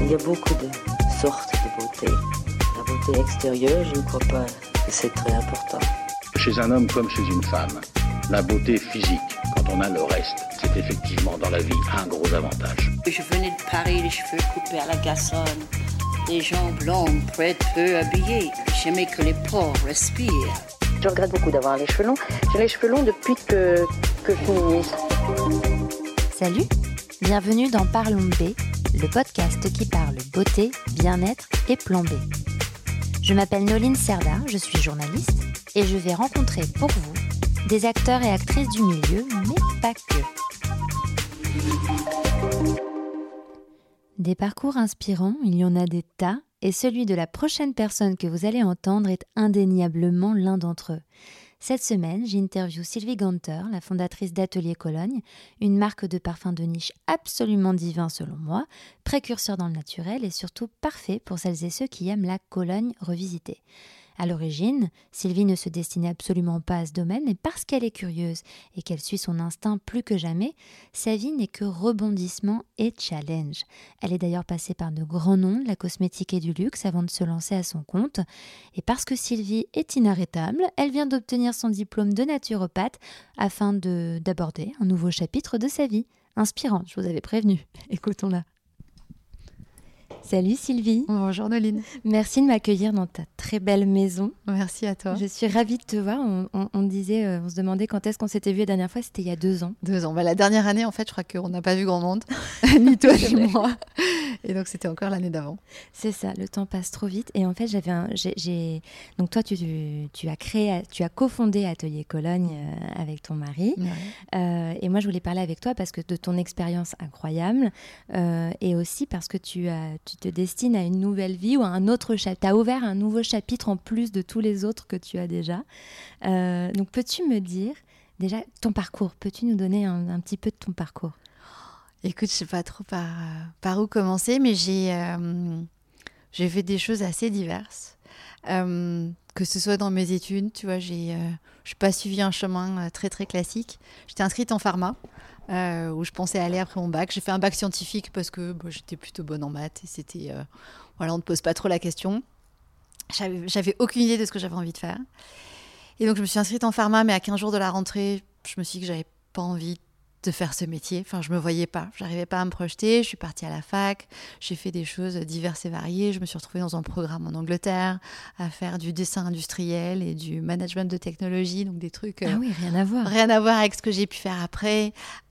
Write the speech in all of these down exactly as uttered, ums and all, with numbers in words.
Il y a beaucoup de sortes de beauté. La beauté extérieure, je ne crois pas que c'est très important. Chez un homme comme chez une femme, la beauté physique, quand on a le reste, c'est effectivement dans la vie un gros avantage. Je venais de Paris, les cheveux coupés à la garçonne, les jambes longues, prêtes, peu habillées. J'aimais que les pores respirent. Je regrette beaucoup d'avoir les cheveux longs. J'ai les cheveux longs depuis que, que je suis ministre. Salut, bienvenue dans Parlons B, le podcast qui parle beauté, bien-être et plan B. Je m'appelle Noline Serda, je suis journaliste et je vais rencontrer pour vous des acteurs et actrices du milieu, mais pas que. Des parcours inspirants, il y en a des tas, et celui de la prochaine personne que vous allez entendre est indéniablement l'un d'entre eux. Cette semaine, j'interviewe Sylvie Ganter, la fondatrice d'Atelier Cologne, une marque de parfum de niche absolument divin selon moi, précurseur dans le naturel et surtout parfait pour celles et ceux qui aiment la Cologne revisitée. À l'origine, Sylvie ne se destinait absolument pas à ce domaine, mais parce qu'elle est curieuse et qu'elle suit son instinct plus que jamais, sa vie n'est que rebondissement et challenge. Elle est d'ailleurs passée par de grands noms de la cosmétique et du luxe avant de se lancer à son compte. Et parce que Sylvie est inarrêtable, elle vient d'obtenir son diplôme de naturopathe afin de, d'aborder un nouveau chapitre de sa vie. Inspirante, je vous avais prévenu. Écoutons-la. Salut Sylvie. Bonjour Noline. Merci de m'accueillir dans ta très belle maison. Merci à toi. Je suis ravie de te voir. On, on, on disait, euh, on se demandait quand est-ce qu'on s'était vu la dernière fois. C'était il y a deux ans. Deux ans. Bah, la dernière année, en fait, je crois qu'on n'a pas vu grand monde, ni toi ni moi. Et donc c'était encore l'année d'avant. C'est ça. Le temps passe trop vite. Et en fait, j'avais, un, j'ai, j'ai... donc toi, tu, tu as créé, tu as cofondé Atelier Cologne euh, avec ton mari. Ouais. Euh, et moi, je voulais parler avec toi parce que de ton expérience incroyable euh, et aussi parce que tu as tu te destines à une nouvelle vie ou à un autre chapitre. Tu as ouvert un nouveau chapitre en plus de tous les autres que tu as déjà. Euh, donc, peux-tu me dire, déjà, ton parcours, peux-tu nous donner un, un petit peu de ton parcours ? Écoute, je ne sais pas trop par, par où commencer, mais j'ai, euh, j'ai fait des choses assez diverses. Euh, que ce soit dans mes études, tu vois, j'ai, euh, je n'ai pas suivi un chemin très, très classique. J'étais inscrite en pharma. Euh, où je pensais aller après mon bac. J'ai fait un bac scientifique parce que bah, j'étais plutôt bonne en maths et c'était, euh, voilà, on ne te pose pas trop la question. J'avais, j'avais aucune idée de ce que j'avais envie de faire. Et donc, je me suis inscrite en pharma, mais à quinze jours de la rentrée, je me suis dit que je n'avais pas envie de faire ce métier. Enfin, je ne me voyais pas. Je n'arrivais pas à me projeter. Je suis partie à la fac. J'ai fait des choses diverses et variées. Je me suis retrouvée dans un programme en Angleterre à faire du dessin industriel et du management de technologie. Donc, des trucs... Euh, ah oui, rien à voir. Rien à voir avec ce que j'ai pu faire après.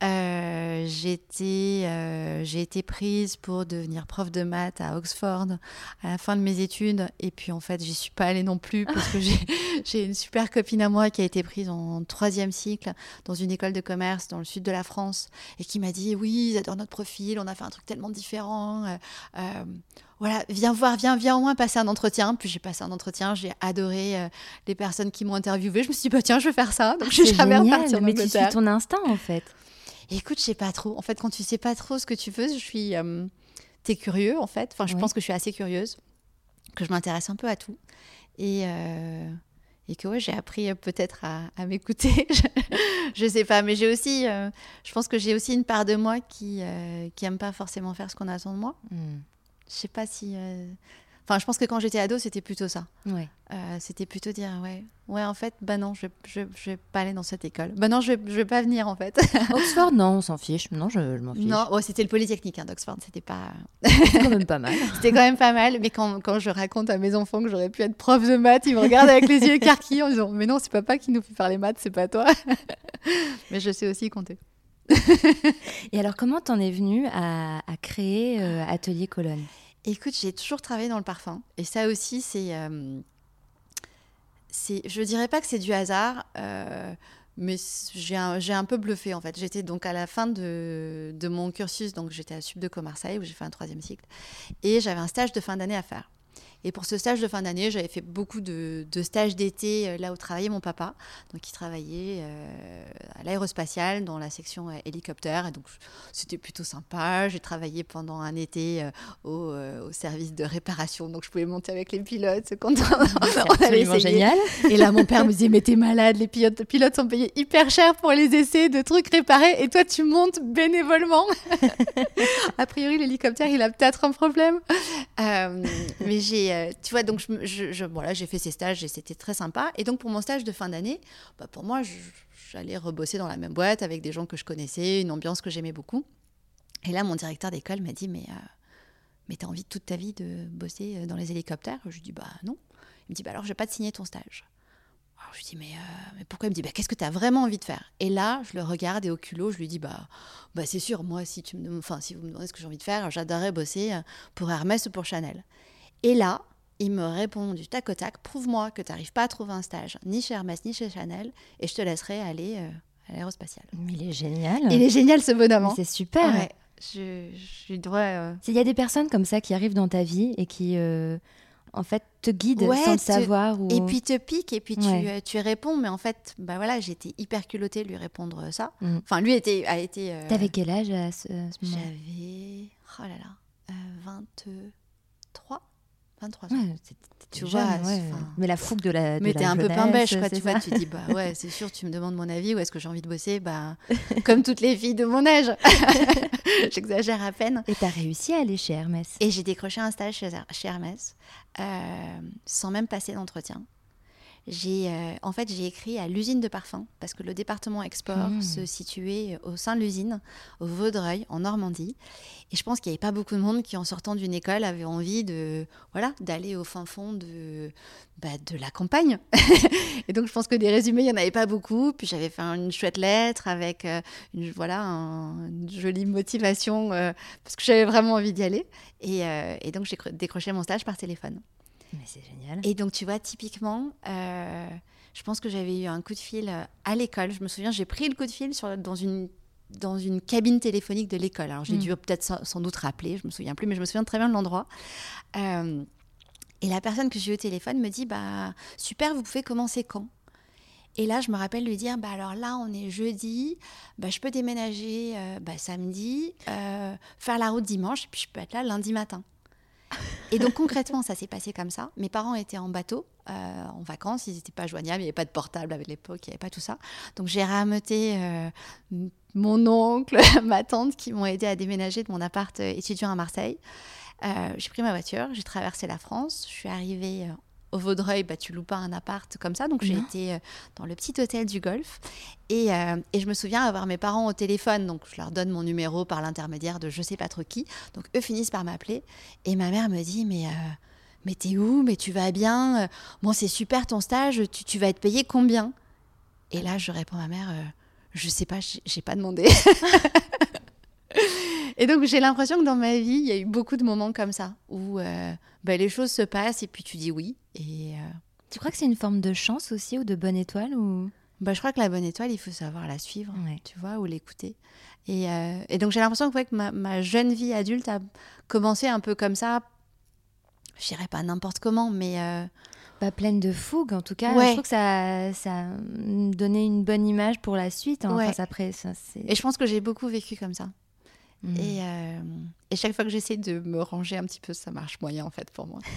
Euh, j'ai, été, euh, j'ai été prise pour devenir prof de maths à Oxford à la fin de mes études. Et puis, en fait, j'y suis pas allée non plus parce que j'ai, j'ai une super copine à moi qui a été prise en troisième cycle dans une école de commerce dans le sud de la France et qui m'a dit oui, ils adorent notre profil, on a fait un truc tellement différent, euh, euh, voilà, viens voir, viens, viens au moins passer un entretien. Puis j'ai passé un entretien, j'ai adoré euh, les personnes qui m'ont interviewée. Je me suis dit bah tiens, je vais faire ça. Donc ah, je suis jamais génial, repartie en mais Angleterre. Tu suis ton instinct en fait. Et écoute, je sais pas trop. En fait, quand tu sais pas trop ce que tu veux, je suis, euh, t'es curieux en fait. Enfin, je ouais. pense que je suis assez curieuse, que je m'intéresse un peu à tout et euh, et que ouais, j'ai appris euh, peut-être à, à m'écouter. je, je sais pas, mais j'ai aussi, euh, je pense que j'ai aussi une part de moi qui euh, qui aime pas forcément faire ce qu'on attend de moi. Mm. Je sais pas si. Euh... Enfin, je pense que quand j'étais ado, c'était plutôt ça. Ouais. Euh, c'était plutôt dire, ouais, ouais, en fait, bah non, je, je, je vais pas aller dans cette école. Bah non, je vais, je vais pas venir, en fait. Oxford, non, on s'en fiche. Non, je, je m'en fiche. Non, oh, c'était le Polytechnique hein, d'Oxford, c'était pas... C'était quand même pas mal. C'était quand même pas mal, mais quand, quand je raconte à mes enfants que j'aurais pu être prof de maths, ils me regardent avec les yeux écarquillés en disant, mais non, c'est papa qui nous fait faire les maths, c'est pas toi. Mais je sais aussi compter. Et alors, comment t'en es venue à, à créer euh, Atelier Cologne ? Écoute, j'ai toujours travaillé dans le parfum. Et ça aussi, c'est... Euh, c'est je ne dirais pas que c'est du hasard, euh, mais j'ai un, j'ai un peu bluffé, en fait. J'étais donc à la fin de, de mon cursus, donc j'étais à Subdeco Marseille, où j'ai fait un troisième cycle. Et j'avais un stage de fin d'année à faire. Et pour ce stage de fin d'année, j'avais fait beaucoup de, de stages d'été euh, là où travaillait mon papa. Donc, il travaillait euh, à l'aérospatiale dans la section euh, hélicoptère. Et donc, c'était plutôt sympa. J'ai travaillé pendant un été euh, au, euh, au service de réparation. Donc, je pouvais monter avec les pilotes quand on, on allait essayer. Génial. Et là, mon père me disait, mais t'es malade, les pilotes, les pilotes sont payés hyper cher pour les essais de trucs réparés. Et toi, tu montes bénévolement. Après, priori, l'hélicoptère, il a peut-être un problème. Euh, mais j'ai, euh, tu vois, donc je, je, je, voilà, j'ai fait ces stages et c'était très sympa. Et donc, pour mon stage de fin d'année, bah, pour moi, je, j'allais rebosser dans la même boîte avec des gens que je connaissais, une ambiance que j'aimais beaucoup. Et là, mon directeur d'école m'a dit, mais, euh, mais t'as envie toute ta vie de bosser dans les hélicoptères ? Je lui dis, bah non. Il me dit, bah alors, je vais pas te signer ton stage. Alors, je lui dis, mais, euh, mais pourquoi ? Il me dit, bah, qu'est-ce que tu as vraiment envie de faire ? Et là, je le regarde et au culot, je lui dis, bah, bah c'est sûr, moi, si, tu me, enfin, si vous me demandez ce que j'ai envie de faire, j'adorerais bosser pour Hermès ou pour Chanel. Et là, il me répond du tac au tac, prouve-moi que tu n'arrives pas à trouver un stage, ni chez Hermès, ni chez Chanel, et je te laisserai aller euh, à l'aérospatiale. Mais il est génial. Il est génial, ce bonhomme. Hein. C'est super. Ouais, je, je dois... Euh... Il y a des personnes comme ça qui arrivent dans ta vie et qui... Euh... en fait, te guide ouais, sans le te... savoir. Ou... Et puis te pique, et puis ouais. tu, tu réponds. Mais en fait, bah voilà, j'étais hyper culottée de lui répondre ça. Mm. Enfin, lui était, a été... Euh... T'avais quel âge à ce, à ce moment ? J'avais... Oh là là... Euh, vingt-trois vingt-trois ans. Ouais, tu jeune, vois, ouais. Enfin... Mais la fougue de la de Mais la t'es un jeunesse, peu pain bêche, quoi. Tu ça. vois, tu te dis, bah ouais, c'est sûr, tu me demandes mon avis, où est-ce que j'ai envie de bosser ? Bah, comme toutes les filles de mon âge. J'exagère à peine. Et t'as réussi à aller chez Hermès ? Et j'ai décroché un stage chez, chez Hermès, euh, sans même passer d'entretien. J'ai, euh, en fait, j'ai écrit à l'usine de parfum, parce que le département export mmh. se situait au sein de l'usine, au Vaudreuil, en Normandie. Et je pense qu'il n'y avait pas beaucoup de monde qui, en sortant d'une école, avait envie de, voilà, d'aller au fin fond de, bah, de la campagne. Et donc, je pense que des résumés, il n'y en avait pas beaucoup. Puis, j'avais fait une chouette lettre avec euh, une, voilà, un, une jolie motivation, euh, parce que j'avais vraiment envie d'y aller. Et, euh, et donc, j'ai décroché mon stage par téléphone. Mais c'est génial. Et donc, tu vois, typiquement, euh, je pense que j'avais eu un coup de fil à l'école. Je me souviens, j'ai pris le coup de fil sur, dans, une, dans une cabine téléphonique de l'école. Alors, j'ai mmh. dû peut-être sans, sans doute rappeler, je ne me souviens plus, mais je me souviens très bien de l'endroit. Euh, et la personne que j'ai eu au téléphone me dit, bah, super, vous pouvez commencer quand ? Et là, je me rappelle lui dire, bah, alors là, on est jeudi, bah, je peux déménager euh, bah, samedi, euh, faire la route dimanche, et puis je peux être là lundi matin. Et donc concrètement, ça s'est passé comme ça. Mes parents étaient en bateau, euh, en vacances, ils n'étaient pas joignables, il n'y avait pas de portable à l'époque, il n'y avait pas tout ça. Donc j'ai rameuté euh, mon oncle, ma tante qui m'ont aidé à déménager de mon appart étudiant à Marseille. Euh, j'ai pris ma voiture, j'ai traversé la France, je suis arrivée... Euh, au Vaudreuil, bah, tu loues pas un appart comme ça. Donc, j'ai non. été dans le petit hôtel du Golfe. Et, euh, et je me souviens avoir mes parents au téléphone. Donc, je leur donne mon numéro par l'intermédiaire de je sais pas trop qui. Donc, eux finissent par m'appeler. Et ma mère me dit, mais, euh, mais t'es où ? Mais tu vas bien ? Bon, c'est super ton stage. Tu, tu vas être payé combien ? Et là, je réponds à ma mère, euh, je sais pas, j'ai, j'ai pas demandé. Et donc, j'ai l'impression que dans ma vie, il y a eu beaucoup de moments comme ça, où euh, bah, les choses se passent et puis tu dis oui. Et, euh... Tu crois que c'est une forme de chance aussi ou de bonne étoile ou... bah, je crois que la bonne étoile, il faut savoir la suivre, ouais. tu vois, ou l'écouter. Et, euh, et donc, j'ai l'impression que, ouais, que ma, ma jeune vie adulte a commencé un peu comme ça. Je dirais pas n'importe comment, mais... Euh... Bah, pleine de fougue, en tout cas. Ouais. Je trouve que ça, ça donnait une bonne image pour la suite. Hein. Ouais. Enfin, après, ça, c'est... Et je pense que j'ai beaucoup vécu comme ça. Mmh. Et, euh, et chaque fois que j'essaie de me ranger un petit peu, ça marche moyen en fait pour moi.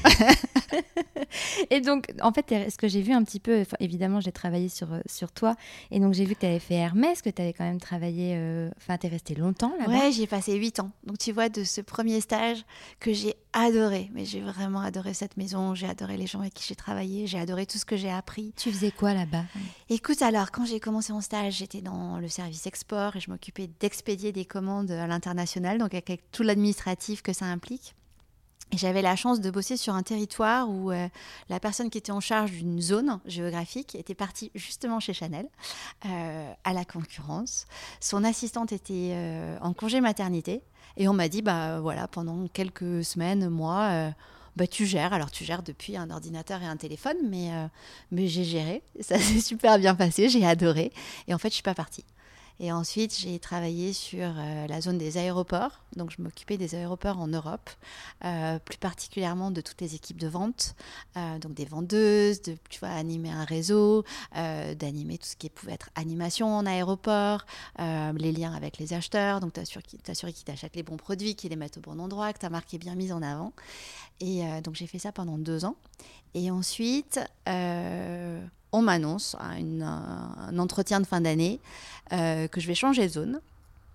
Et donc, en fait, ce que j'ai vu un petit peu, évidemment, j'ai travaillé sur, sur toi, et donc j'ai vu que tu avais fait Hermès, que tu avais quand même travaillé, enfin, euh, tu es resté longtemps là-bas. Ouais, j'ai passé huit ans. Donc, tu vois, de ce premier stage que j'ai adoré, mais j'ai vraiment adoré cette maison, j'ai adoré les gens avec qui j'ai travaillé, j'ai adoré tout ce que j'ai appris. Tu faisais quoi là-bas ? Écoute, alors, quand j'ai commencé mon stage, j'étais dans le service export et je m'occupais d'expédier des commandes à l'international, donc avec, avec tout l'administratif que ça implique. Et j'avais la chance de bosser sur un territoire où euh, la personne qui était en charge d'une zone géographique était partie justement chez Chanel, euh, à la concurrence. Son assistante était euh, en congé maternité et on m'a dit, bah voilà, pendant quelques semaines, mois, euh, bah tu gères. Alors tu gères depuis un ordinateur et un téléphone, mais, euh, mais j'ai géré. Ça s'est super bien passé, j'ai adoré. Et en fait, je suis pas partie. Et ensuite, j'ai travaillé sur euh, la zone des aéroports. Donc, je m'occupais des aéroports en Europe, euh, plus particulièrement de toutes les équipes de vente, euh, donc des vendeuses, de tu vois, animer un réseau, euh, d'animer tout ce qui pouvait être animation en aéroport, euh, les liens avec les acheteurs, donc t'assurer, t'assurer qu'ils t'achètent les bons produits, qu'ils les mettent au bon endroit, que ta marque est bien mise en avant. Et euh, donc, j'ai fait ça pendant deux ans. Et ensuite... Euh, on m'annonce à une, un entretien de fin d'année euh, que je vais changer de zone.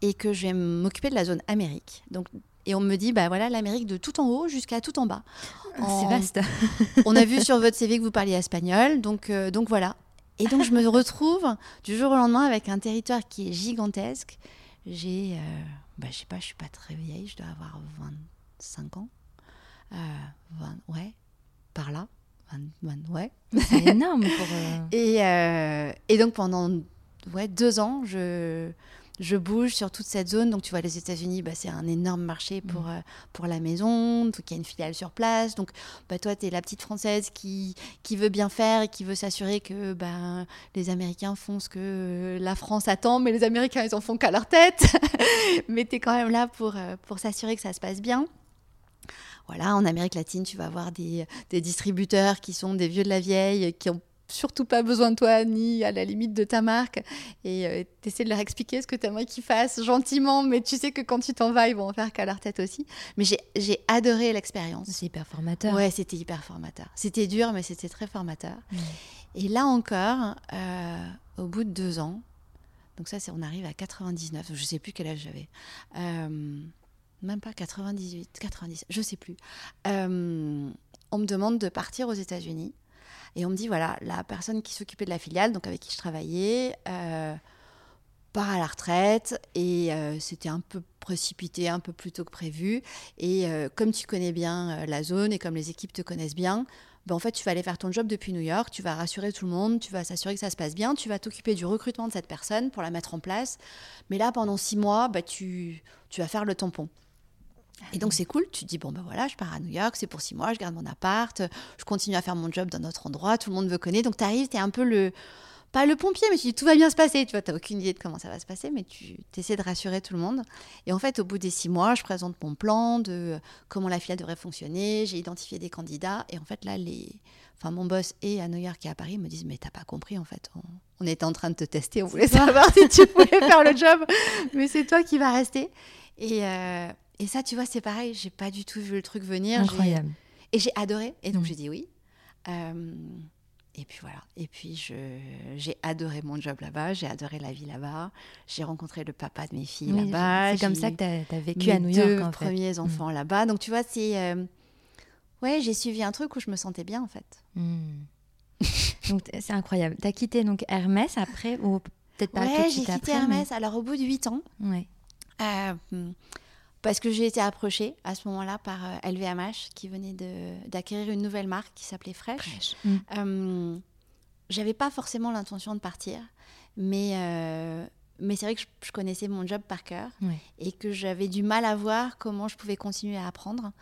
et que je vais m'occuper de la zone Amérique. Donc, et on me dit, bah voilà, l'Amérique de tout en haut jusqu'à tout en bas. En... C'est vaste. On a vu sur votre C V que vous parliez espagnol, donc, euh, donc voilà. Et donc, je me retrouve du jour au lendemain avec un territoire qui est gigantesque. J'ai, euh, bah, je sais pas, je suis pas très vieille, je dois avoir vingt-cinq ans. Euh, vingt, ouais, par là. vingt, vingt, ouais. C'est énorme pour... Euh... Et, euh, et donc, pendant ouais, deux ans, je... Je bouge sur toute cette zone. Donc, tu vois, les États-Unis, bah, c'est un énorme marché pour, mmh. euh, pour la maison. Donc, il y a une filiale sur place. Donc, bah, toi, tu es la petite Française qui, qui veut bien faire et qui veut s'assurer que bah, les Américains font ce que la France attend. Mais les Américains, ils en font qu'à leur tête. Mais tu es quand même là pour, euh, pour s'assurer que ça se passe bien. Voilà, en Amérique latine, tu vas avoir des, des distributeurs qui sont des vieux de la vieille, qui ont surtout pas besoin de toi, ni à la limite de ta marque. Et euh, tu essaies de leur expliquer ce que tu aimerais qu'ils fassent gentiment, mais tu sais que quand tu t'en vas, ils vont en faire qu'à leur tête aussi. Mais j'ai, j'ai adoré l'expérience. C'est hyper formateur. Ouais, c'était hyper formateur. C'était dur, mais c'était très formateur. Mmh. Et là encore, euh, au bout de deux ans, donc ça, c'est, on arrive à quatre-vingt-dix-neuf, je sais plus quel âge j'avais. Euh, même pas quatre-vingt-dix-huit, quatre-vingt-dix, je sais plus. Euh, on me demande de partir aux États-Unis. Et on me dit, voilà, la personne qui s'occupait de la filiale, donc avec qui je travaillais, euh, part à la retraite. Et euh, c'était un peu précipité, un peu plus tôt que prévu. Et euh, comme tu connais bien euh, la zone et comme les équipes te connaissent bien, ben, en fait, tu vas aller faire ton job depuis New York. Tu vas rassurer tout le monde. Tu vas s'assurer que ça se passe bien. Tu vas t'occuper du recrutement de cette personne pour la mettre en place. Mais là, pendant six mois, ben, tu, tu vas faire le tampon. Et donc, c'est cool. Tu te dis, bon, ben voilà, je pars à New York, c'est pour six mois, je garde mon appart, je continue à faire mon job d'un autre endroit, tout le monde me connaît. Donc, tu arrives, tu es un peu le... Pas le pompier, mais tu dis, tout va bien se passer. Tu vois, tu n'as aucune idée de comment ça va se passer, mais tu essaies de rassurer tout le monde. Et en fait, au bout des six mois, je présente mon plan de comment la filiale devrait fonctionner. J'ai identifié des candidats. Et en fait, là, les... enfin, mon boss et à New York et à Paris me disent, mais t'as pas compris, en fait. On, on était en train de te tester, on voulait savoir si tu pouvais faire le job, mais c'est toi qui vas rester. Et... Euh... Et ça, tu vois, c'est pareil, j'ai pas du tout vu le truc venir. Incroyable. J'ai... Et j'ai adoré. Et donc, mmh. j'ai dit oui. Euh... Et puis voilà. Et puis, je... j'ai adoré mon job là-bas. J'ai adoré la vie là-bas. J'ai rencontré le papa de mes filles oui, là-bas. C'est j'ai comme ça que tu as vécu à New York, deux en fait. premiers enfants mmh. là-bas. Donc, tu vois, c'est... Euh... Ouais, j'ai suivi un truc où je me sentais bien, en fait. Mmh. Donc, c'est incroyable. Tu as quitté donc, Hermès après ou peut-être pas ouais, tout de j'ai suite quitté après, Hermès. Mais... Alors, au bout de huit ans... Ouais. Euh... Parce que j'ai été approchée à ce moment-là par euh, L V M H qui venait de, d'acquérir une nouvelle marque qui s'appelait Fresh. Fresh. Mmh. Euh, j'avais pas forcément l'intention de partir, mais, euh, mais c'est vrai que je, je connaissais mon job par cœur ouais. et que j'avais du mal à voir comment je pouvais continuer à apprendre.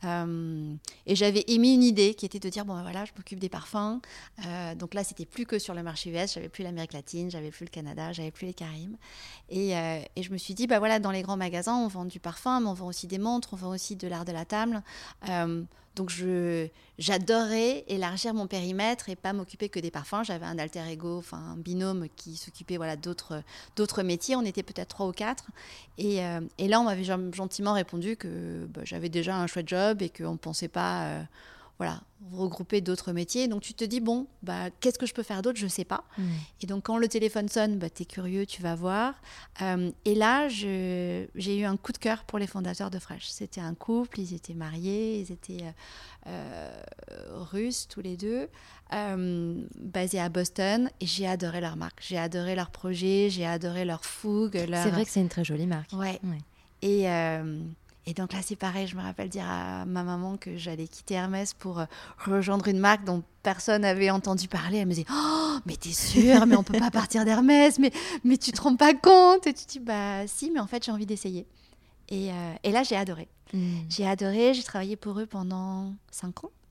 Euh, et j'avais émis une idée qui était de dire bon ben voilà, je m'occupe des parfums. Euh, donc là, c'était plus que sur le marché U S, j'avais plus l'Amérique latine, j'avais plus le Canada, j'avais plus les Caraïbes. Et, euh, et je me suis dit bah voilà, dans les grands magasins, on vend du parfum, mais on vend aussi des montres, on vend aussi de l'art de la table. Euh, donc je, j'adorais élargir mon périmètre et pas m'occuper que des parfums. J'avais un alter ego, enfin un binôme qui s'occupait voilà d'autres d'autres métiers. On était peut-être trois ou quatre. Et, euh, et là, on m'avait gentiment répondu que bah, j'avais déjà un chouette job et qu'on ne pensait pas euh, voilà, regrouper d'autres métiers. Donc, tu te dis, bon, bah, qu'est-ce que je peux faire d'autre ? Je ne sais pas. Mmh. Et donc, quand le téléphone sonne, bah, tu es curieux, tu vas voir. Euh, et là, je, j'ai eu un coup de cœur pour les fondateurs de Fresh. C'était un couple, ils étaient mariés, ils étaient euh, russes tous les deux, euh, basés à Boston. Et j'ai adoré leur marque, j'ai adoré leur projet, j'ai adoré leur fougue. Leur... C'est vrai que c'est une très jolie marque. Ouais. ouais. Et... Euh, Et donc là, c'est pareil, je me rappelle dire à ma maman que j'allais quitter Hermès pour rejoindre une marque dont personne n'avait entendu parler. Elle me disait « Oh, mais t'es sûre, mais on ne peut pas partir d'Hermès, mais, mais tu ne te rends pas compte ?» Et tu te dis « Bah si, mais en fait, j'ai envie d'essayer. » Et, euh, et là, j'ai adoré. Mmh. J'ai adoré, j'ai travaillé pour eux pendant cinq ans.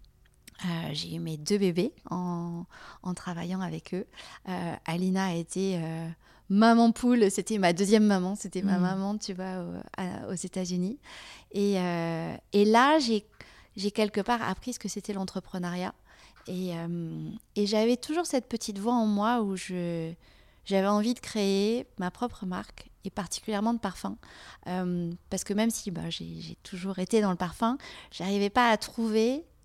Euh, j'ai eu mes deux bébés en, en travaillant avec eux. Euh, Alina a été... Euh, maman poule, c'était ma deuxième maman, c'était ma mmh. maman, tu vois, au, à, aux États-Unis. Et, euh, et là, j'ai, j'ai quelque part appris ce que c'était l'entrepreneuriat. Et, euh, et j'avais toujours cette petite voix en moi où je, j'avais envie de créer ma propre marque, et particulièrement de parfum. Euh, parce que même si bah, j'ai, j'ai toujours été dans le parfum, je n'arrivais pas à trouver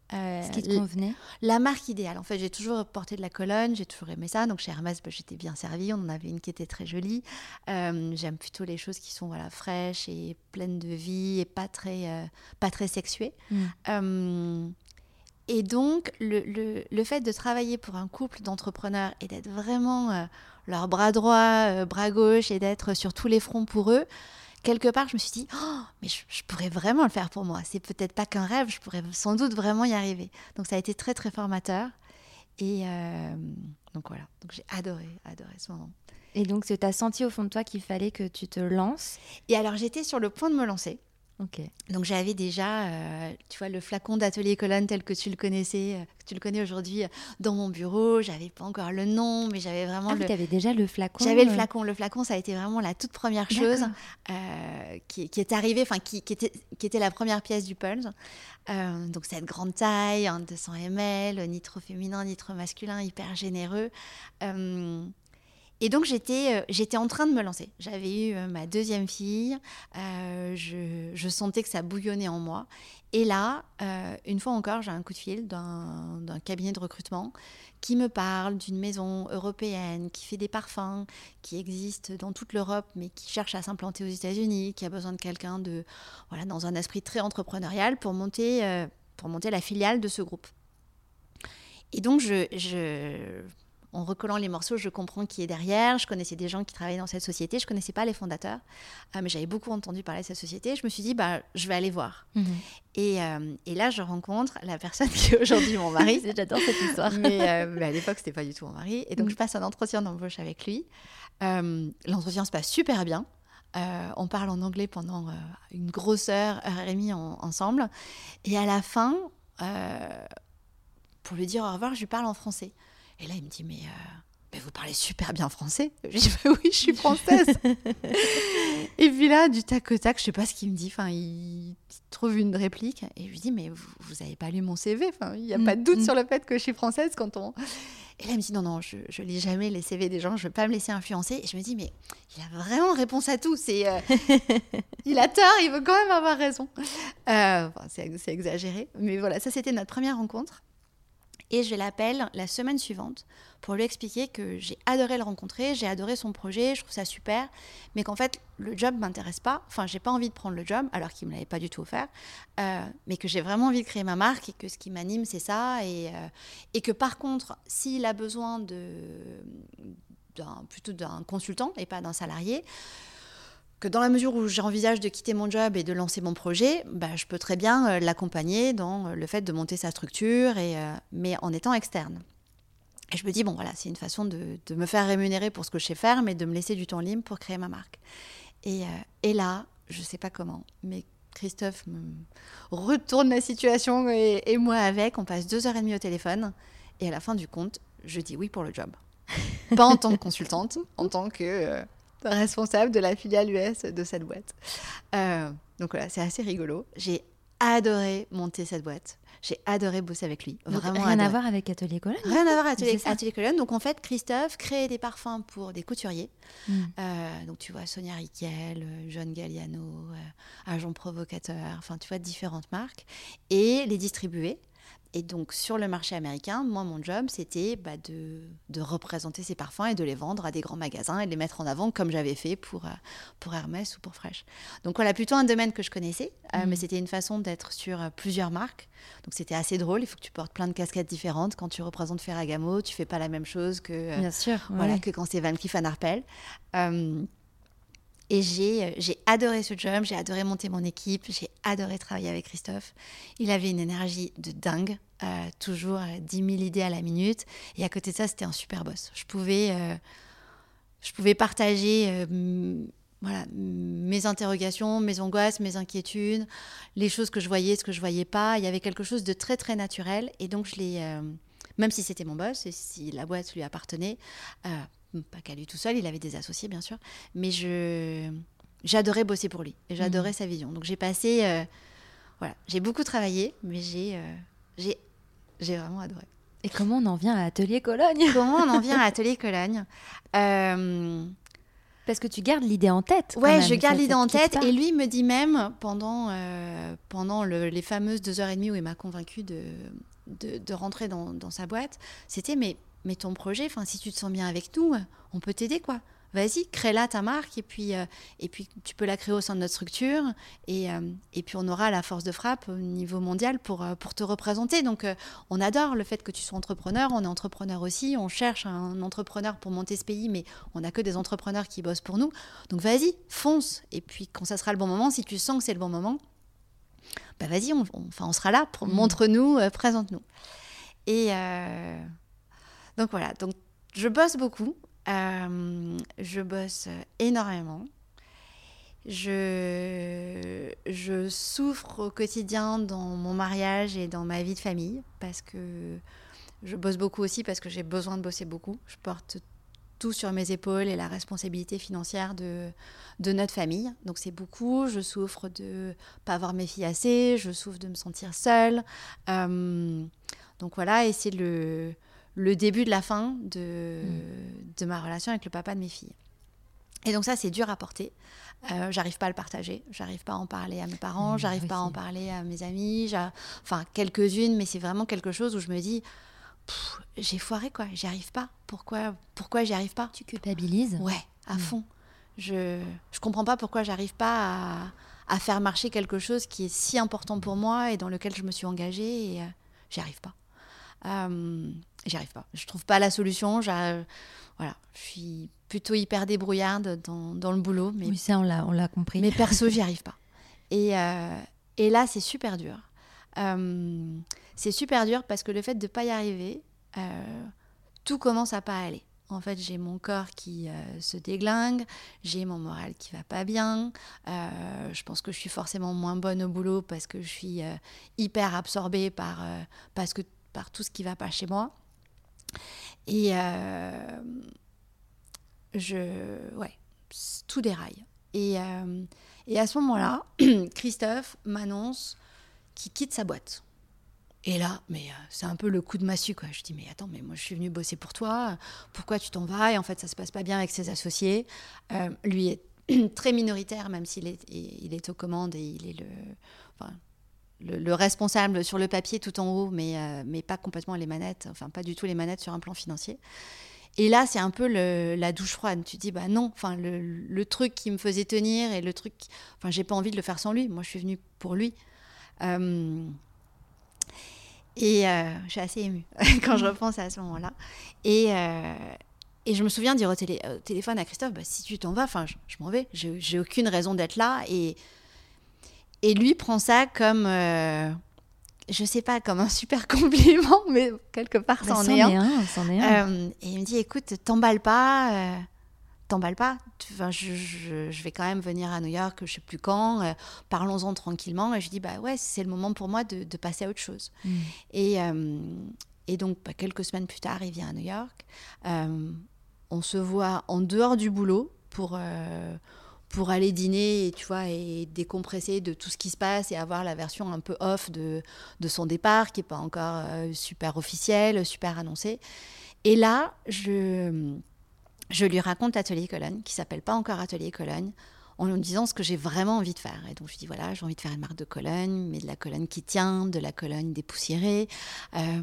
Euh, Ce qui te convenait ? La marque idéale. En fait, j'ai toujours porté de la Cologne, j'ai toujours aimé ça. Donc, chez Hermès, bah, j'étais bien servie. On en avait une qui était très jolie. Euh, j'aime plutôt les choses qui sont voilà, fraîches et pleines de vie et pas très, euh, pas très sexuées. Mm. Euh, et donc, le, le, le fait de travailler pour un couple d'entrepreneurs et d'être vraiment euh, leur bras droit, euh, bras gauche et d'être sur tous les fronts pour eux, quelque part, je me suis dit, oh, mais je, je pourrais vraiment le faire pour moi. C'est peut-être pas qu'un rêve, je pourrais sans doute vraiment y arriver. Donc, ça a été très, très formateur. Et euh, donc, voilà. Donc, j'ai adoré, adoré ce moment. Et donc, tu as senti au fond de toi qu'il fallait que tu te lances ? Et alors, j'étais sur le point de me lancer. Ok. Donc, j'avais déjà, euh, tu vois, le flacon d'Atelier Cologne tel que tu le connaissais, euh, que tu le connais aujourd'hui, euh, dans mon bureau. J'avais pas encore le nom, mais j'avais vraiment ah, le... tu avais déjà le flacon. J'avais euh... le flacon. Le flacon, ça a été vraiment la toute première chose euh, qui, qui est arrivée, enfin, qui, qui, était, qui était la première pièce du Pulse. Euh, donc, cette grande taille, hein, deux cents millilitres, ni trop féminin, ni trop masculin, hyper généreux. Euh, Et donc, j'étais, euh, j'étais en train de me lancer. J'avais eu euh, ma deuxième fille. Euh, je, je sentais que ça bouillonnait en moi. Et là, euh, une fois encore, j'ai un coup de fil d'un, d'un cabinet de recrutement qui me parle d'une maison européenne qui fait des parfums, qui existe dans toute l'Europe, mais qui cherche à s'implanter aux États-Unis, qui a besoin de quelqu'un de, voilà, dans un esprit très entrepreneurial pour monter, euh, pour monter la filiale de ce groupe. Et donc, je... je en recollant les morceaux, je comprends qui est derrière. Je connaissais des gens qui travaillaient dans cette société. Je ne connaissais pas les fondateurs, euh, mais j'avais beaucoup entendu parler de cette société. Je me suis dit, bah, je vais aller voir. Mmh. Et, euh, et là, je rencontre la personne qui est aujourd'hui mon mari. J'adore cette histoire. Mais, euh, mais à l'époque, ce n'était pas du tout mon mari. Et donc, mmh. je passe un entretien d'embauche avec lui. Euh, l'entretien se passe super bien. Euh, on parle en anglais pendant euh, une grosse heure, heure et demie en, ensemble. Et à la fin, euh, pour lui dire au revoir, je lui parle en français. Et là, il me dit, mais, euh, mais vous parlez super bien français. Je dis, oui, je suis française. Et puis là, du tac au tac, je ne sais pas ce qu'il me dit. Enfin, il trouve une réplique. Et je lui dis, mais vous n'avez pas lu mon C V. Enfin, il n'y a mmh, pas de doute mmh. sur le fait que je suis française quand on... Et là, il me dit, non, non, je ne lis jamais les C V des gens. Je ne veux pas me laisser influencer. Et je me dis, mais il a vraiment réponse à tout. C'est, euh... il a tort, il veut quand même avoir raison. Euh, enfin, c'est, c'est exagéré. Mais voilà, ça, c'était notre première rencontre. Et je l'appelle la semaine suivante pour lui expliquer que j'ai adoré le rencontrer, j'ai adoré son projet, je trouve ça super, mais qu'en fait, le job ne m'intéresse pas. Enfin, je n'ai pas envie de prendre le job, alors qu'il ne me l'avait pas du tout offert, euh, mais que j'ai vraiment envie de créer ma marque et que ce qui m'anime, c'est ça. Et, euh, et que par contre, s'il a besoin de, d'un, plutôt d'un consultant et pas d'un salarié, que dans la mesure où j'envisage de quitter mon job et de lancer mon projet, bah, je peux très bien euh, l'accompagner dans le fait de monter sa structure, et, euh, mais en étant externe. Et je me dis, bon voilà, c'est une façon de, de me faire rémunérer pour ce que je sais faire, mais de me laisser du temps libre pour créer ma marque. Et, euh, et là, je ne sais pas comment, mais Christophe me retourne la situation et, et moi avec. On passe deux heures et demie au téléphone, et à la fin du compte, je dis oui pour le job. Pas en tant que consultante, en tant que... Euh, responsable de la filiale U S de cette boîte. Euh, donc voilà, c'est assez rigolo. J'ai adoré monter cette boîte. J'ai adoré bosser avec lui. Donc, vraiment rien adoré. à voir avec Atelier Cologne. Rien à voir avec Atelier, Atelier Cologne. Donc en fait, Christophe créait des parfums pour des couturiers. Mm. Euh, donc tu vois, Sonia Rykiel, John Galliano, euh, Agent Provocateur, enfin tu vois, différentes marques. Et les distribuer. Et donc, sur le marché américain, moi, mon job, c'était bah, de, de représenter ces parfums et de les vendre à des grands magasins et de les mettre en avant comme j'avais fait pour, euh, pour Hermès ou pour Fresh. Donc, voilà, plutôt un domaine que je connaissais, euh, mmh. mais c'était une façon d'être sur euh, plusieurs marques. Donc, c'était assez drôle. Il faut que tu portes plein de casquettes différentes. Quand tu représentes Ferragamo, tu ne fais pas la même chose que, euh, Bien sûr, voilà, ouais. que quand c'est Van Cleef and Arpels. Euh, Et j'ai, j'ai adoré ce job, j'ai adoré monter mon équipe, j'ai adoré travailler avec Christophe. Il avait une énergie de dingue, euh, toujours euh, dix mille idées à la minute. Et à côté de ça, c'était un super boss. Je pouvais, euh, je pouvais partager euh, m- voilà, mes interrogations, mes angoisses, mes inquiétudes, les choses que je voyais, ce que je ne voyais pas. Il y avait quelque chose de très, très naturel. Et donc, je l'ai, euh, même si c'était mon boss et si la boîte lui appartenait... Euh, pas qu'à lui tout seul, il avait des associés bien sûr, mais je, j'adorais bosser pour lui et j'adorais mmh. sa vision. Donc j'ai passé, euh, voilà, j'ai beaucoup travaillé, mais j'ai, euh, j'ai, j'ai vraiment adoré. Et comment on en vient à Atelier Cologne ? Comment on en vient à Atelier Cologne ? euh, parce que tu gardes l'idée en tête. quand Ouais, même. je garde Ça- l'idée ça en te quitte tête. pas. Et lui me dit même, pendant, euh, pendant le- les fameuses deux heures et demie où il m'a convaincue de, de, de rentrer dans, dans sa boîte, c'était, mais, mais ton projet, si tu te sens bien avec nous, on peut t'aider, quoi. Vas-y, crée-la ta marque et puis, euh, et puis tu peux la créer au sein de notre structure et, euh, et puis on aura la force de frappe au niveau mondial pour, euh, pour te représenter. Donc euh, on adore le fait que tu sois entrepreneur, on est entrepreneur aussi, on cherche un entrepreneur pour monter ce pays, mais on n'a que des entrepreneurs qui bossent pour nous. Donc vas-y, fonce. Et puis quand ça sera le bon moment, si tu sens que c'est le bon moment, bah vas-y, on, on, enfin, on sera là, pour, mmh. montre-nous, euh, présente-nous. Et euh, donc voilà, donc, je bosse beaucoup. Euh, je bosse énormément. Je, je souffre au quotidien dans mon mariage et dans ma vie de famille parce que je bosse beaucoup aussi parce que j'ai besoin de bosser beaucoup. Je porte tout sur mes épaules et la responsabilité financière de, de notre famille. Donc c'est beaucoup. Je souffre de ne pas avoir mes filles assez. Je souffre de me sentir seule. Euh, donc voilà, et c'est le... le début de la fin de, mmh. de ma relation avec le papa de mes filles. Et donc ça, c'est dur à porter. Euh, j'arrive pas à le partager. J'arrive pas à en parler à mes parents. Mmh, j'arrive oui, pas à en parler à mes amis. J'ai... Enfin, quelques-unes, mais c'est vraiment quelque chose où je me dis, j'ai foiré, quoi. J'y arrive pas. Pourquoi, pourquoi j'y arrive pas ? Tu culpabilises ? Ouais, à mmh. fond. Je je comprends pas pourquoi j'arrive pas à, à faire marcher quelque chose qui est si important pour moi et dans lequel je me suis engagée et euh, j'y arrive pas. Euh, j'y arrive pas. Je trouve pas la solution. Voilà, je suis plutôt hyper débrouillarde dans, dans le boulot. Mais, oui, ça, on l'a, on l'a compris. Mais perso, j'y arrive pas. Et, euh, et là, c'est super dur. Euh, c'est super dur parce que le fait de pas y arriver, euh, tout commence à pas aller. En fait, j'ai mon corps qui euh, se déglingue, j'ai mon moral qui va pas bien. Euh, je pense que je suis forcément moins bonne au boulot parce que je suis euh, hyper absorbée par, euh, parce que par tout ce qui ne va pas chez moi. Et euh, je, ouais, tout déraille. Et, euh, et à ce moment-là, Christophe m'annonce qu'il quitte sa boîte. Et là, mais euh, c'est un peu le coup de massue, quoi. Je dis, mais attends, mais moi je suis venue bosser pour toi, pourquoi tu t'en vas ? Et en fait, ça ne se passe pas bien avec ses associés. Euh, lui est très minoritaire, même s'il est, il est aux commandes et il est le... Enfin, Le, le responsable sur le papier tout en haut, mais, euh, mais pas complètement les manettes, enfin pas du tout les manettes sur un plan financier. Et là, c'est un peu le, la douche froide. Tu te dis, bah non, enfin le, le truc qui me faisait tenir et le truc, enfin j'ai pas envie de le faire sans lui. Moi, je suis venue pour lui. Euh, et euh, je suis assez émue quand je repense à ce moment-là. Et, euh, et je me souviens dire au, télé, au téléphone à Christophe, bah, si tu t'en vas, enfin je, je m'en vais. J'ai, j'ai aucune raison d'être là et Et lui prend ça comme, euh, je sais pas, comme un super compliment, mais quelque part, bah, c'en, c'en est, est un. un. C'en est un. Euh, et il me dit, écoute, t'emballe pas, euh, t'emballe pas. Enfin, je, je, je vais quand même venir à New York, je sais plus quand, euh, parlons-en tranquillement. Et je dis, bah ouais, c'est le moment pour moi de, de passer à autre chose. Mm. Et, euh, et donc, bah, quelques semaines plus tard, il vient à New York. Euh, on se voit en dehors du boulot pour... Euh, pour aller dîner, tu vois, et décompresser de tout ce qui se passe et avoir la version un peu off de, de son départ, qui n'est pas encore euh, super officielle, super annoncée. Et là, je, je lui raconte Atelier Cologne, qui ne s'appelle pas encore Atelier Cologne, en lui disant ce que j'ai vraiment envie de faire. Et donc, je lui dis, voilà, j'ai envie de faire une marque de Cologne, mais de la Cologne qui tient, de la Cologne dépoussiérée. Euh,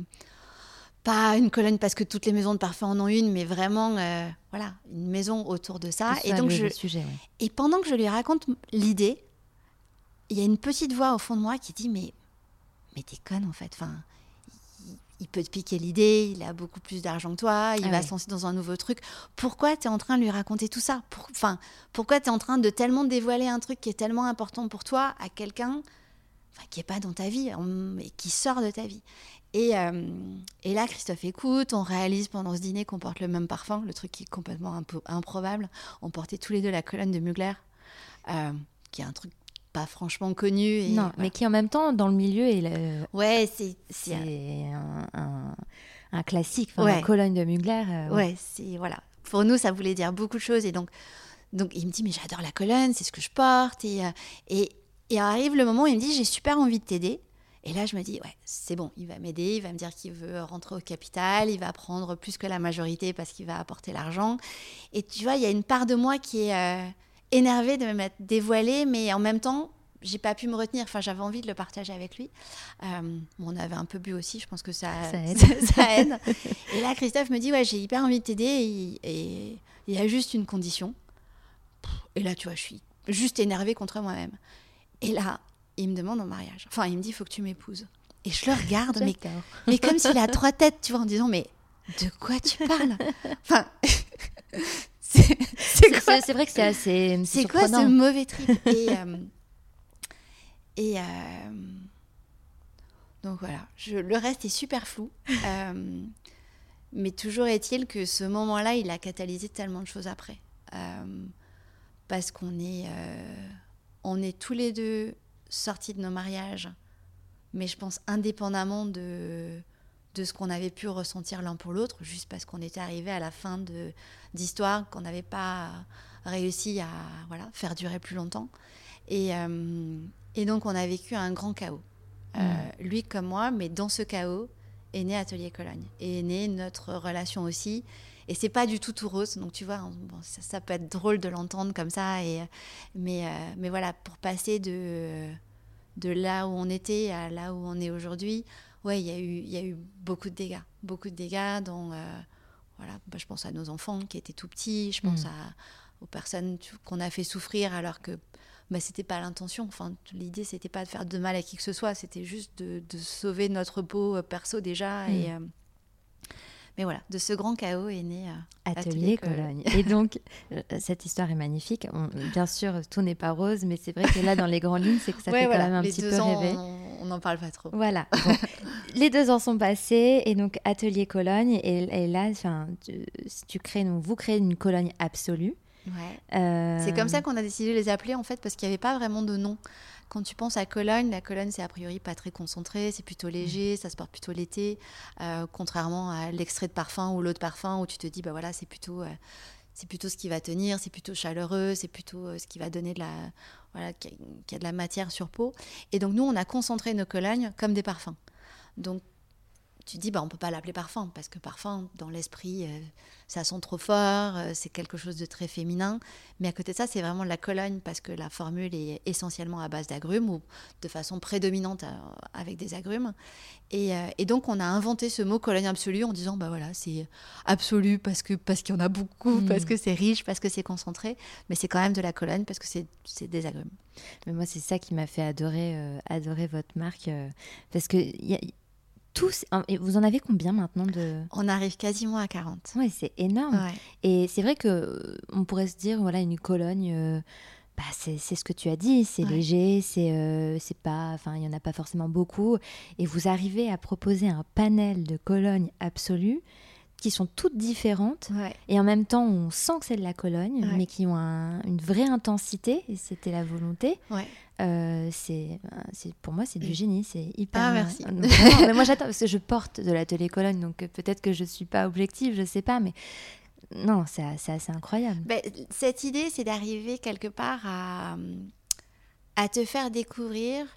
Pas une Cologne parce que toutes les maisons de parfum en ont une, mais vraiment, euh, voilà, une maison autour de ça. C'est et ça, donc le, je, le sujet, ouais. Et pendant que je lui raconte l'idée, il y a une petite voix au fond de moi qui dit, mais, mais t'es conne en fait. Enfin, il, il peut te piquer l'idée, il a beaucoup plus d'argent que toi, il ah va ouais. se lancer dans un nouveau truc. Pourquoi t'es en train de lui raconter tout ça ? Pour, enfin, pourquoi t'es en train de tellement dévoiler un truc qui est tellement important pour toi à quelqu'un enfin, qui n'est pas dans ta vie, et qui sort de ta vie ? Et, euh, et là, Christophe écoute, on réalise pendant ce dîner qu'on porte le même parfum, le truc qui est complètement impo- improbable. On portait tous les deux la Cologne de Mugler, euh, qui est un truc pas franchement connu. Et, non, voilà. mais qui en même temps, dans le milieu, est, le... ouais, c'est, c'est, c'est un, un, un classique. Enfin, ouais. La Cologne de Mugler. Euh, ouais, ouais c'est, voilà. Pour nous, ça voulait dire beaucoup de choses. Et donc, donc il me dit, mais j'adore la Cologne, c'est ce que je porte. Et, et, et arrive le moment où il me dit, j'ai super envie de t'aider. Et là, je me dis, ouais, c'est bon, il va m'aider, il va me dire qu'il veut rentrer au capital, il va prendre plus que la majorité parce qu'il va apporter l'argent. Et tu vois, il y a une part de moi qui est euh, énervée de me m'être dévoilée, mais en même temps, j'ai pas pu me retenir. Enfin, j'avais envie de le partager avec lui. Euh, bon, on avait un peu bu aussi, je pense que ça, ça aide. ça, ça aide. Et là, Christophe me dit, ouais, j'ai hyper envie de t'aider et, et il y a juste une condition. Et là, tu vois, je suis juste énervée contre moi-même. Et là, il me demande en mariage. Enfin, il me dit, il faut que tu m'épouses. Et je le regarde, mais, mais comme s'il a trois têtes, tu vois, en disant, mais de quoi tu parles? Enfin, c'est, c'est, quoi c'est, c'est vrai que c'est assez C'est surprenant. quoi ce mauvais trip? Et, euh, et euh, donc voilà, je, le reste est super flou. Euh, mais toujours est-il que ce moment-là, il a catalysé tellement de choses après. Euh, parce qu'on est, euh, on est tous les deux sortis de nos mariages, mais je pense indépendamment de, de ce qu'on avait pu ressentir l'un pour l'autre, juste parce qu'on était arrivés à la fin de, d'histoire qu'on n'avait pas réussi à voilà, faire durer plus longtemps. Et, euh, et donc, on a vécu un grand chaos. Euh, mmh. Lui comme moi, mais dans ce chaos est né Atelier Cologne, et est née notre relation aussi. Et c'est pas du tout tout rose, donc tu vois, bon, ça, ça peut être drôle de l'entendre comme ça, et, mais, euh, mais voilà, pour passer de, de là où on était à là où on est aujourd'hui, ouais, il y a eu, il y a eu beaucoup de dégâts, beaucoup de dégâts dont, euh, voilà, bah, je pense à nos enfants qui étaient tout petits, je pense mmh. à, aux personnes qu'on a fait souffrir alors que bah, c'était pas l'intention, enfin, l'idée c'était pas de faire de mal à qui que ce soit, c'était juste de, de sauver notre peau perso déjà, mmh. et... Euh, Mais voilà, de ce grand chaos est né euh, Atelier, Atelier Cologne. Et donc, euh, cette histoire est magnifique. On, bien sûr, tout n'est pas rose, mais c'est vrai que là, dans les grandes lignes, c'est que ça ouais, fait voilà, quand même un petit peu ans, rêver. On n'en parle pas trop. Voilà. Bon. Les deux ans sont passés, et donc Atelier Cologne, et, et là, tu, tu crées, donc, vous créez une Cologne absolue. Ouais. Euh... C'est comme ça qu'on a décidé de les appeler, en fait, parce qu'il n'y avait pas vraiment de nom. Quand tu penses à Cologne, la Cologne, c'est a priori pas très concentré, c'est plutôt léger, mmh. ça se porte plutôt l'été, euh, contrairement à l'extrait de parfum ou l'eau de parfum où tu te dis, bah voilà, c'est plutôt, euh, c'est plutôt ce qui va tenir, c'est plutôt chaleureux, c'est plutôt euh, ce qui va donner de la, voilà, qui a, qui a de la matière sur peau. Et donc nous, on a concentré nos Colognes comme des parfums. Donc tu te dis, bah, on ne peut pas l'appeler parfum, parce que parfum, dans l'esprit, euh, ça sent trop fort, euh, c'est quelque chose de très féminin. Mais à côté de ça, c'est vraiment de la Cologne, parce que la formule est essentiellement à base d'agrumes, ou de façon prédominante euh, avec des agrumes. Et, euh, et donc, on a inventé ce mot Cologne absolue en disant, bah voilà, c'est absolu parce, que, parce qu'il y en a beaucoup, mmh. parce que c'est riche, parce que c'est concentré. Mais c'est quand même de la Cologne, parce que c'est, c'est des agrumes. Mais moi, c'est ça qui m'a fait adorer, euh, adorer votre marque, euh, parce que... Y a, tous, et vous en avez combien maintenant de... On arrive quasiment à quarante. Oui, c'est énorme. Ouais. Et c'est vrai qu'on pourrait se dire, voilà, une Cologne, euh, bah, c'est, c'est ce que tu as dit, c'est ouais. léger, c'est, euh, c'est pas, enfin, il n'y en a pas forcément beaucoup. Et vous arrivez à proposer un panel de Cologne absolue qui sont toutes différentes. Ouais. Et en même temps, on sent que c'est de la Cologne, ouais. mais qui ont un, une vraie intensité, et c'était la volonté. Ouais. Euh, c'est, c'est, pour moi, c'est du génie, c'est hyper... Ah, merci. Euh, donc, vraiment, mais moi, j'attends, parce que je porte de l'Atelier Cologne, donc euh, peut-être que je ne suis pas objective, je ne sais pas, mais non, c'est, c'est assez incroyable. Ben, cette idée, c'est d'arriver quelque part à, à te faire découvrir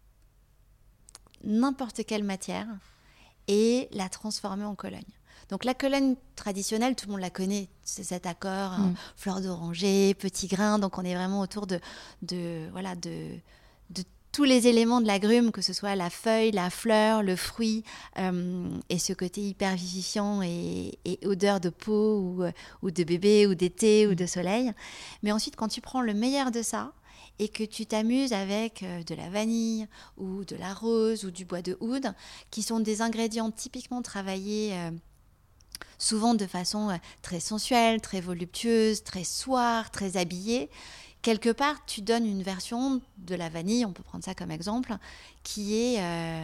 n'importe quelle matière et la transformer en Cologne. Donc la Cologne traditionnelle, tout le monde la connaît, c'est cet accord, mm. hein, fleur d'oranger, petit grain, donc on est vraiment autour de, de, voilà, de, de tous les éléments de l'agrume, que ce soit la feuille, la fleur, le fruit, euh, et ce côté hyper vivifiant et, et odeur de peau ou, ou de bébé ou d'été mm. ou de soleil. Mais ensuite, quand tu prends le meilleur de ça, et que tu t'amuses avec de la vanille ou de la rose ou du bois de oud, qui sont des ingrédients typiquement travaillés euh, souvent de façon très sensuelle, très voluptueuse, très soir, très habillée. Quelque part, tu donnes une version de la vanille, on peut prendre ça comme exemple, qui est, euh,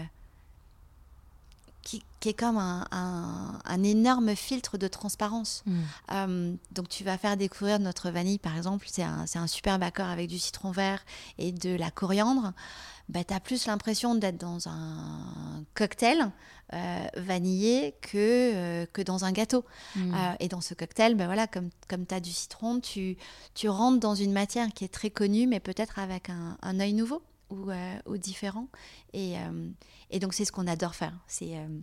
qui, qui est comme un, un, un énorme filtre de transparence. Mmh. Euh, donc, tu vas faire découvrir notre vanille, par exemple, c'est un, c'est un superbe accord avec du citron vert et de la coriandre. Bah, tu as plus l'impression d'être dans un cocktail euh, vanillé que, euh, que dans un gâteau. Mmh. Euh, et dans ce cocktail, bah, voilà, comme, comme tu as du citron, tu, tu rentres dans une matière qui est très connue, mais peut-être avec un, un œil nouveau. ou, euh, ou différents. Et, euh, et donc, c'est ce qu'on adore faire. C'est, euh,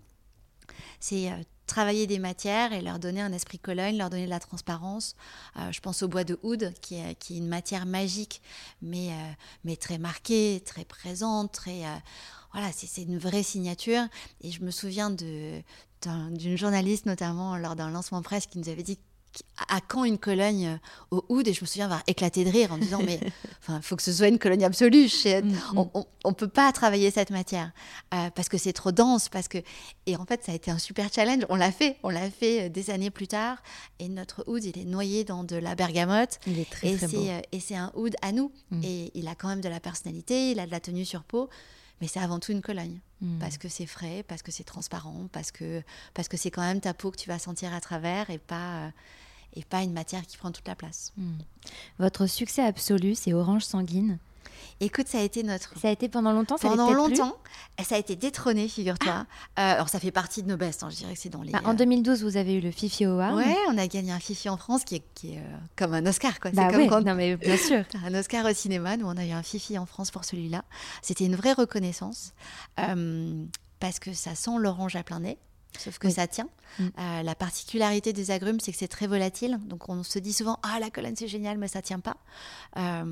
c'est euh, travailler des matières et leur donner un esprit Cologne, leur donner de la transparence. Euh, je pense au bois de oud, qui est, qui est une matière magique, mais, euh, mais très marquée, très présente, très... Euh, voilà, c'est, c'est une vraie signature. Et je me souviens de, d'un, d'une journaliste, notamment lors d'un lancement presse, qui nous avait dit à quand une Cologne au oud, et je me souviens avoir éclaté de rire en me disant mais il faut que ce soit une Cologne absolue. Mm-hmm. On ne peut pas travailler cette matière euh, parce que c'est trop dense. Parce que... Et en fait, ça a été un super challenge. On l'a fait. On l'a fait des années plus tard. Et notre oud, il est noyé dans de la bergamote. Il est très, et très c'est, beau. Euh, et c'est un oud à nous. Mm. Et il a quand même de la personnalité, il a de la tenue sur peau. Mais c'est avant tout une Cologne, mmh. parce que c'est frais, parce que c'est transparent, parce que, parce que c'est quand même ta peau que tu vas sentir à travers et pas, euh, et pas une matière qui prend toute la place. Mmh. Votre succès absolu, c'est Orange Sanguine. Écoute, ça a été notre... Ça a été pendant longtemps, ça Pendant longtemps, plus ça a été détrôné, figure-toi. Ah. Euh, alors, ça fait partie de nos bestes, hein, je dirais que c'est dans les... Bah, en deux mille douze, vous avez eu le Fifi Award. Ouais, on a gagné un Fifi en France qui est, qui est euh, comme un Oscar, quoi. Bah c'est ouais, comme quand... non mais bien sûr. un Oscar au cinéma, nous on a eu un Fifi en France pour celui-là. C'était une vraie reconnaissance, euh, parce que ça sent l'orange à plein nez. Sauf que oui. ça tient. Mm. Euh, la particularité des agrumes, c'est que c'est très volatile. Donc, on se dit souvent « Ah, la Cologne, c'est génial, mais ça ne tient pas. Euh, »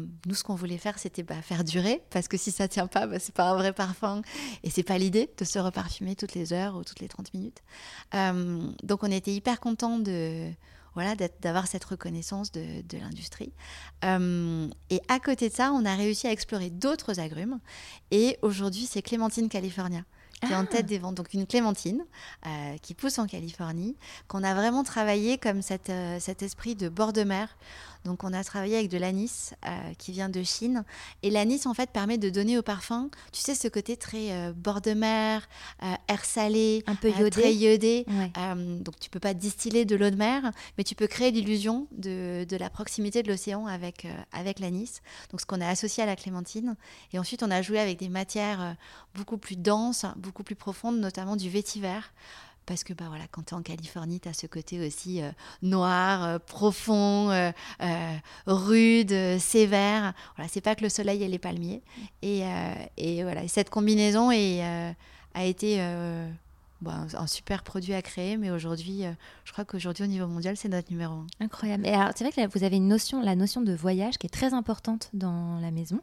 Nous, ce qu'on voulait faire, c'était bah, faire durer. Parce que si ça ne tient pas, bah, ce n'est pas un vrai parfum. Et ce n'est pas l'idée de se reparfumer toutes les heures ou toutes les trente minutes. Euh, donc, on était hyper contents de... Voilà, d'avoir cette reconnaissance de, de l'industrie. Euh, et à côté de ça, on a réussi à explorer d'autres agrumes. Et aujourd'hui, c'est Clémentine California qui est ah. en tête des ventes. Donc une clémentine euh, qui pousse en Californie, qu'on a vraiment travaillé comme cette, euh, cet esprit de bord de mer. Donc on a travaillé avec de l'anis euh, qui vient de Chine. Et l'anis, en fait, permet de donner au parfum, tu sais, ce côté très euh, bord de mer, euh, air salé, un peu iodé. Euh, très iodé. Ouais. Euh, donc tu ne peux pas distiller de l'eau de mer, mais tu peux créer l'illusion de, de la proximité de l'océan avec, euh, avec l'anis. Donc ce qu'on a associé à la clémentine. Et ensuite, on a joué avec des matières euh, beaucoup plus denses, beaucoup plus profondes, notamment du vétiver. Parce que bah voilà, quand tu es en Californie, tu as ce côté aussi euh, noir, euh, profond, euh, euh, rude, euh, sévère. Voilà, c'est pas que le soleil et les palmiers. Et, euh, et voilà, cette combinaison est, euh, a été euh, bah, un super produit à créer. Mais aujourd'hui, euh, je crois qu'aujourd'hui, au niveau mondial, c'est notre numéro un. Incroyable. Et alors, c'est vrai que là, vous avez une notion, la notion de voyage qui est très importante dans la maison.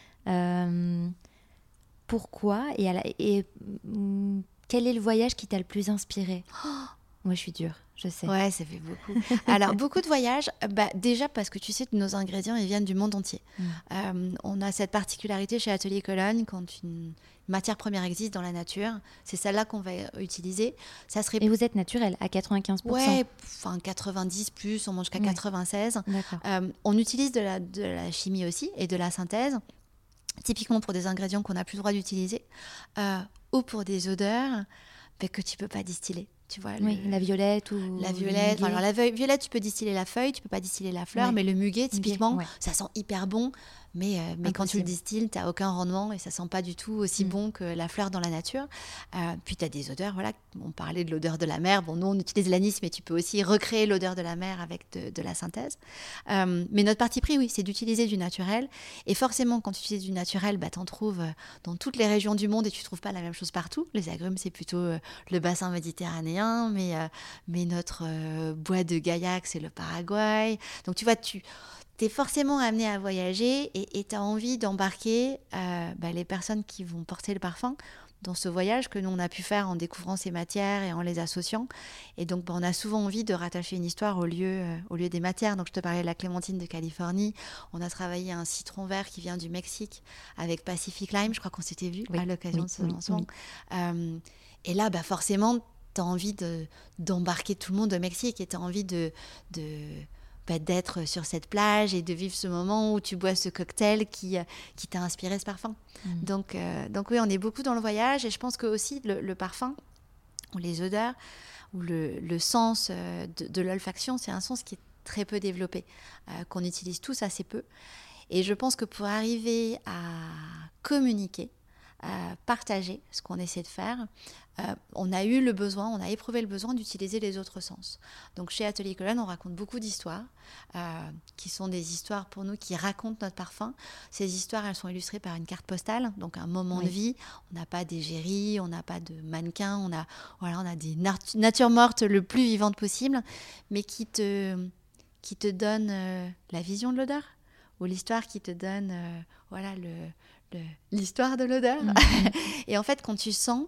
Euh, pourquoi et, à la, et mm, quel est le voyage qui t'a le plus inspiré ? oh, Moi, je suis dure, je sais. Ouais, ça fait beaucoup. Alors, beaucoup de voyages, bah, déjà parce que tu sais que nos ingrédients, ils viennent du monde entier. Mm. Euh, on a cette particularité chez Atelier Cologne, quand une matière première existe dans la nature, c'est celle-là qu'on va utiliser. Ça serait... Et vous êtes naturel, à quatre-vingt-quinze pour cent. Ouais, enfin quatre-vingt-dix plus, on mange jusqu'à ouais. quatre-vingt-seize. D'accord. Euh, on utilise de la, de la chimie aussi et de la synthèse. Typiquement pour des ingrédients qu'on n'a plus le droit d'utiliser, euh, ou pour des odeurs bah, que tu ne peux pas distiller. Tu vois, oui, le... la violette ou la violette. Alors la violette, tu peux distiller la feuille, tu ne peux pas distiller la fleur, oui. mais le muguet, typiquement, muguet, ouais. ça sent hyper bon. Mais, euh, mais quand tu le distilles, tu n'as aucun rendement et ça ne sent pas du tout aussi mmh. bon que la fleur dans la nature. Euh, puis tu as des odeurs, voilà. On parlait de l'odeur de la mer. Bon, nous, on utilise l'anis, mais tu peux aussi recréer l'odeur de la mer avec de, de la synthèse. Euh, mais notre parti pris, oui, c'est d'utiliser du naturel. Et forcément, quand tu utilises du naturel, bah, tu en trouves dans toutes les régions du monde et tu ne trouves pas la même chose partout. Les agrumes, c'est plutôt euh, le bassin méditerranéen, mais, euh, mais notre euh, bois de Gaillac, c'est le Paraguay. Donc, tu vois, tu... tu es forcément amené à voyager et tu as envie d'embarquer euh, bah, les personnes qui vont porter le parfum dans ce voyage que nous, on a pu faire en découvrant ces matières et en les associant. Et donc, bah, on a souvent envie de rattacher une histoire au lieu, euh, au lieu des matières. Donc, je te parlais de la clémentine de Californie. On a travaillé un citron vert qui vient du Mexique avec Pacific Lime. Je crois qu'on s'était vu oui, à l'occasion oui, de ce oui, lancement. Oui. Euh, et là, bah, forcément, tu as envie de, d'embarquer tout le monde au Mexique et tu as envie de... de Bah, d'être sur cette plage et de vivre ce moment où tu bois ce cocktail qui, qui t'a inspiré ce parfum. Mmh. Donc, euh, donc oui, on est beaucoup dans le voyage et je pense que aussi le, le parfum ou les odeurs ou le, le sens de, de l'olfaction, c'est un sens qui est très peu développé, euh, qu'on utilise tous assez peu. Et je pense que pour arriver à communiquer, euh, partager ce qu'on essaie de faire, euh, on a eu le besoin, on a éprouvé le besoin d'utiliser les autres sens. Donc chez Atelier Cologne, on raconte beaucoup d'histoires, euh, qui sont des histoires pour nous qui racontent notre parfum. Ces histoires, elles sont illustrées par une carte postale, donc un moment oui. de vie. On n'a pas d'égérie, on n'a pas de mannequin, on a, voilà, on a des nat- natures mortes le plus vivantes possible, mais qui te, qui te donnent euh, la vision de l'odeur, ou l'histoire qui te donne euh, voilà, le, le, l'histoire de l'odeur. Mm-hmm. Et en fait, quand tu sens,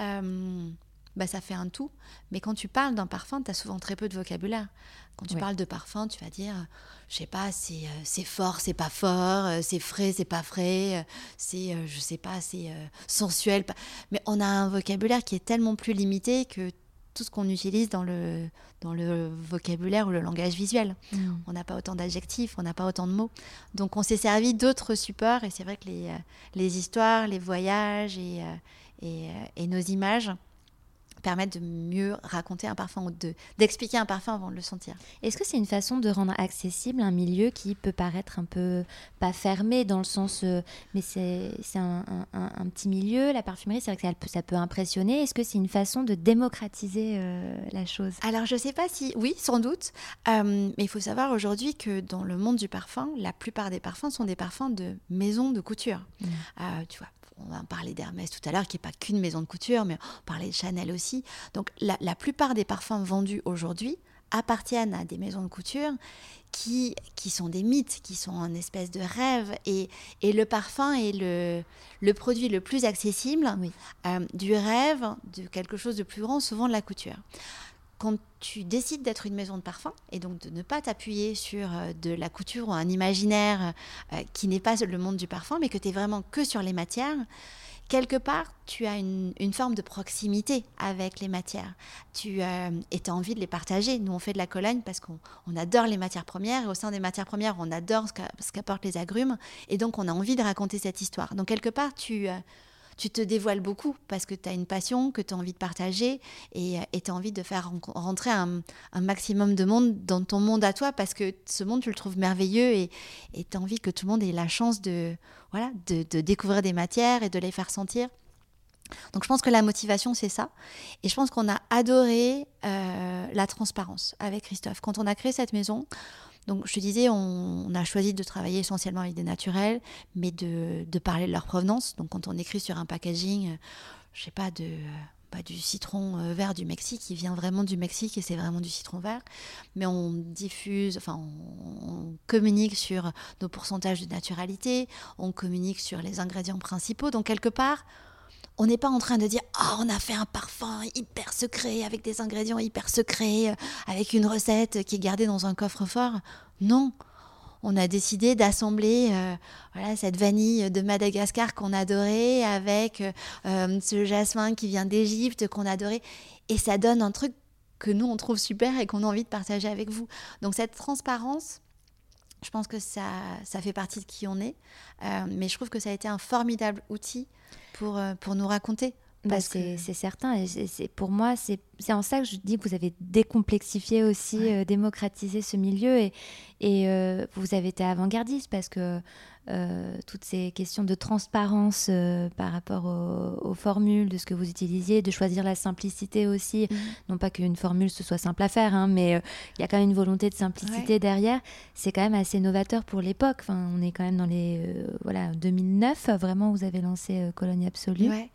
euh, bah, ça fait un tout. Mais quand tu parles d'un parfum, tu as souvent très peu de vocabulaire. Quand tu oui. parles de parfum, tu vas dire, je sais pas, c'est, euh, c'est fort, c'est pas fort, euh, c'est frais, c'est pas frais, euh, c'est, euh, je sais pas, c'est euh, sensuel. Pas... Mais on a un vocabulaire qui est tellement plus limité que tout ce qu'on utilise dans le, dans le vocabulaire ou le langage visuel. Mmh. On n'a pas autant d'adjectifs, on n'a pas autant de mots. Donc on s'est servi d'autres supports, et c'est vrai que les, les histoires, les voyages et, et, et nos images permettent de mieux raconter un parfum ou de, d'expliquer un parfum avant de le sentir. Est-ce que c'est une façon de rendre accessible un milieu qui peut paraître un peu, pas fermé dans le sens, euh, mais c'est, c'est un, un, un petit milieu, la parfumerie, c'est vrai que ça peut, ça peut impressionner. Est-ce que c'est une façon de démocratiser euh, la chose ? Alors je ne sais pas si, oui, sans doute, euh, mais il faut savoir aujourd'hui que dans le monde du parfum, la plupart des parfums sont des parfums de maisons de couture. Mmh. Euh, tu vois, on va parler d'Hermès tout à l'heure, qui n'est pas qu'une maison de couture, mais on parlait de Chanel aussi. Donc, la, la plupart des parfums vendus aujourd'hui appartiennent à des maisons de couture qui, qui sont des mythes, qui sont une espèce de rêve. Et, et le parfum est le, le produit le plus accessible oui. euh, du rêve, de quelque chose de plus grand, souvent de la couture. Quand tu décides d'être une maison de parfum et donc de ne pas t'appuyer sur euh, de la couture ou un imaginaire euh, qui n'est pas le monde du parfum, mais que tu es vraiment que sur les matières, quelque part, tu as une, une forme de proximité avec les matières. Tu euh, et tu as envie de les partager. Nous, on fait de la Cologne parce qu'on on adore les matières premières. Et au sein des matières premières, on adore ce, qu'a, ce qu'apportent les agrumes. Et donc, on a envie de raconter cette histoire. Donc, quelque part, tu... Euh, tu te dévoiles beaucoup parce que tu as une passion que tu as envie de partager et tu as envie de faire rentrer un, un maximum de monde dans ton monde à toi parce que ce monde, tu le trouves merveilleux et tu as envie que tout le monde ait la chance de, voilà, de, de découvrir des matières et de les faire sentir. Donc, je pense que la motivation, c'est ça. Et je pense qu'on a adoré euh, la transparence avec Christophe. Quand on a créé cette maison, donc, je te disais, on, on a choisi de travailler essentiellement avec des naturels, mais de, de parler de leur provenance. Donc, quand on écrit sur un packaging, euh, je sais pas, de, euh, bah, du citron euh, vert du Mexique, il vient vraiment du Mexique et c'est vraiment du citron vert. Mais on diffuse, enfin, on, on communique sur nos pourcentages de naturalité, on communique sur les ingrédients principaux. Donc, quelque part, on n'est pas en train de dire « Oh, on a fait un parfum hyper secret, avec des ingrédients hyper secrets, avec une recette qui est gardée dans un coffre-fort. » Non, on a décidé d'assembler euh, voilà, cette vanille de Madagascar qu'on adorait avec euh, ce jasmin qui vient d'Égypte qu'on adorait. Et ça donne un truc que nous, on trouve super et qu'on a envie de partager avec vous. Donc cette transparence, je pense que ça, ça fait partie de qui on est. Euh, mais je trouve que ça a été un formidable outil pour, euh, pour nous raconter. Bah c'est, que... c'est certain. Et c'est, c'est, pour moi, c'est, c'est en ça que je dis que vous avez décomplexifié aussi, ouais. euh, démocratisé ce milieu. Et, et euh, vous avez été avant-gardiste parce que euh, toutes ces questions de transparence euh, par rapport aux, aux formules, de ce que vous utilisiez, de choisir la simplicité aussi. Mmh. Non pas qu'une formule, ce soit simple à faire, hein, mais il euh, y a quand même une volonté de simplicité ouais. derrière. C'est quand même assez novateur pour l'époque. Enfin, on est quand même dans les... Euh, voilà, deux mille neuf, vraiment, vous avez lancé euh, Cologne Absolue. Ouais.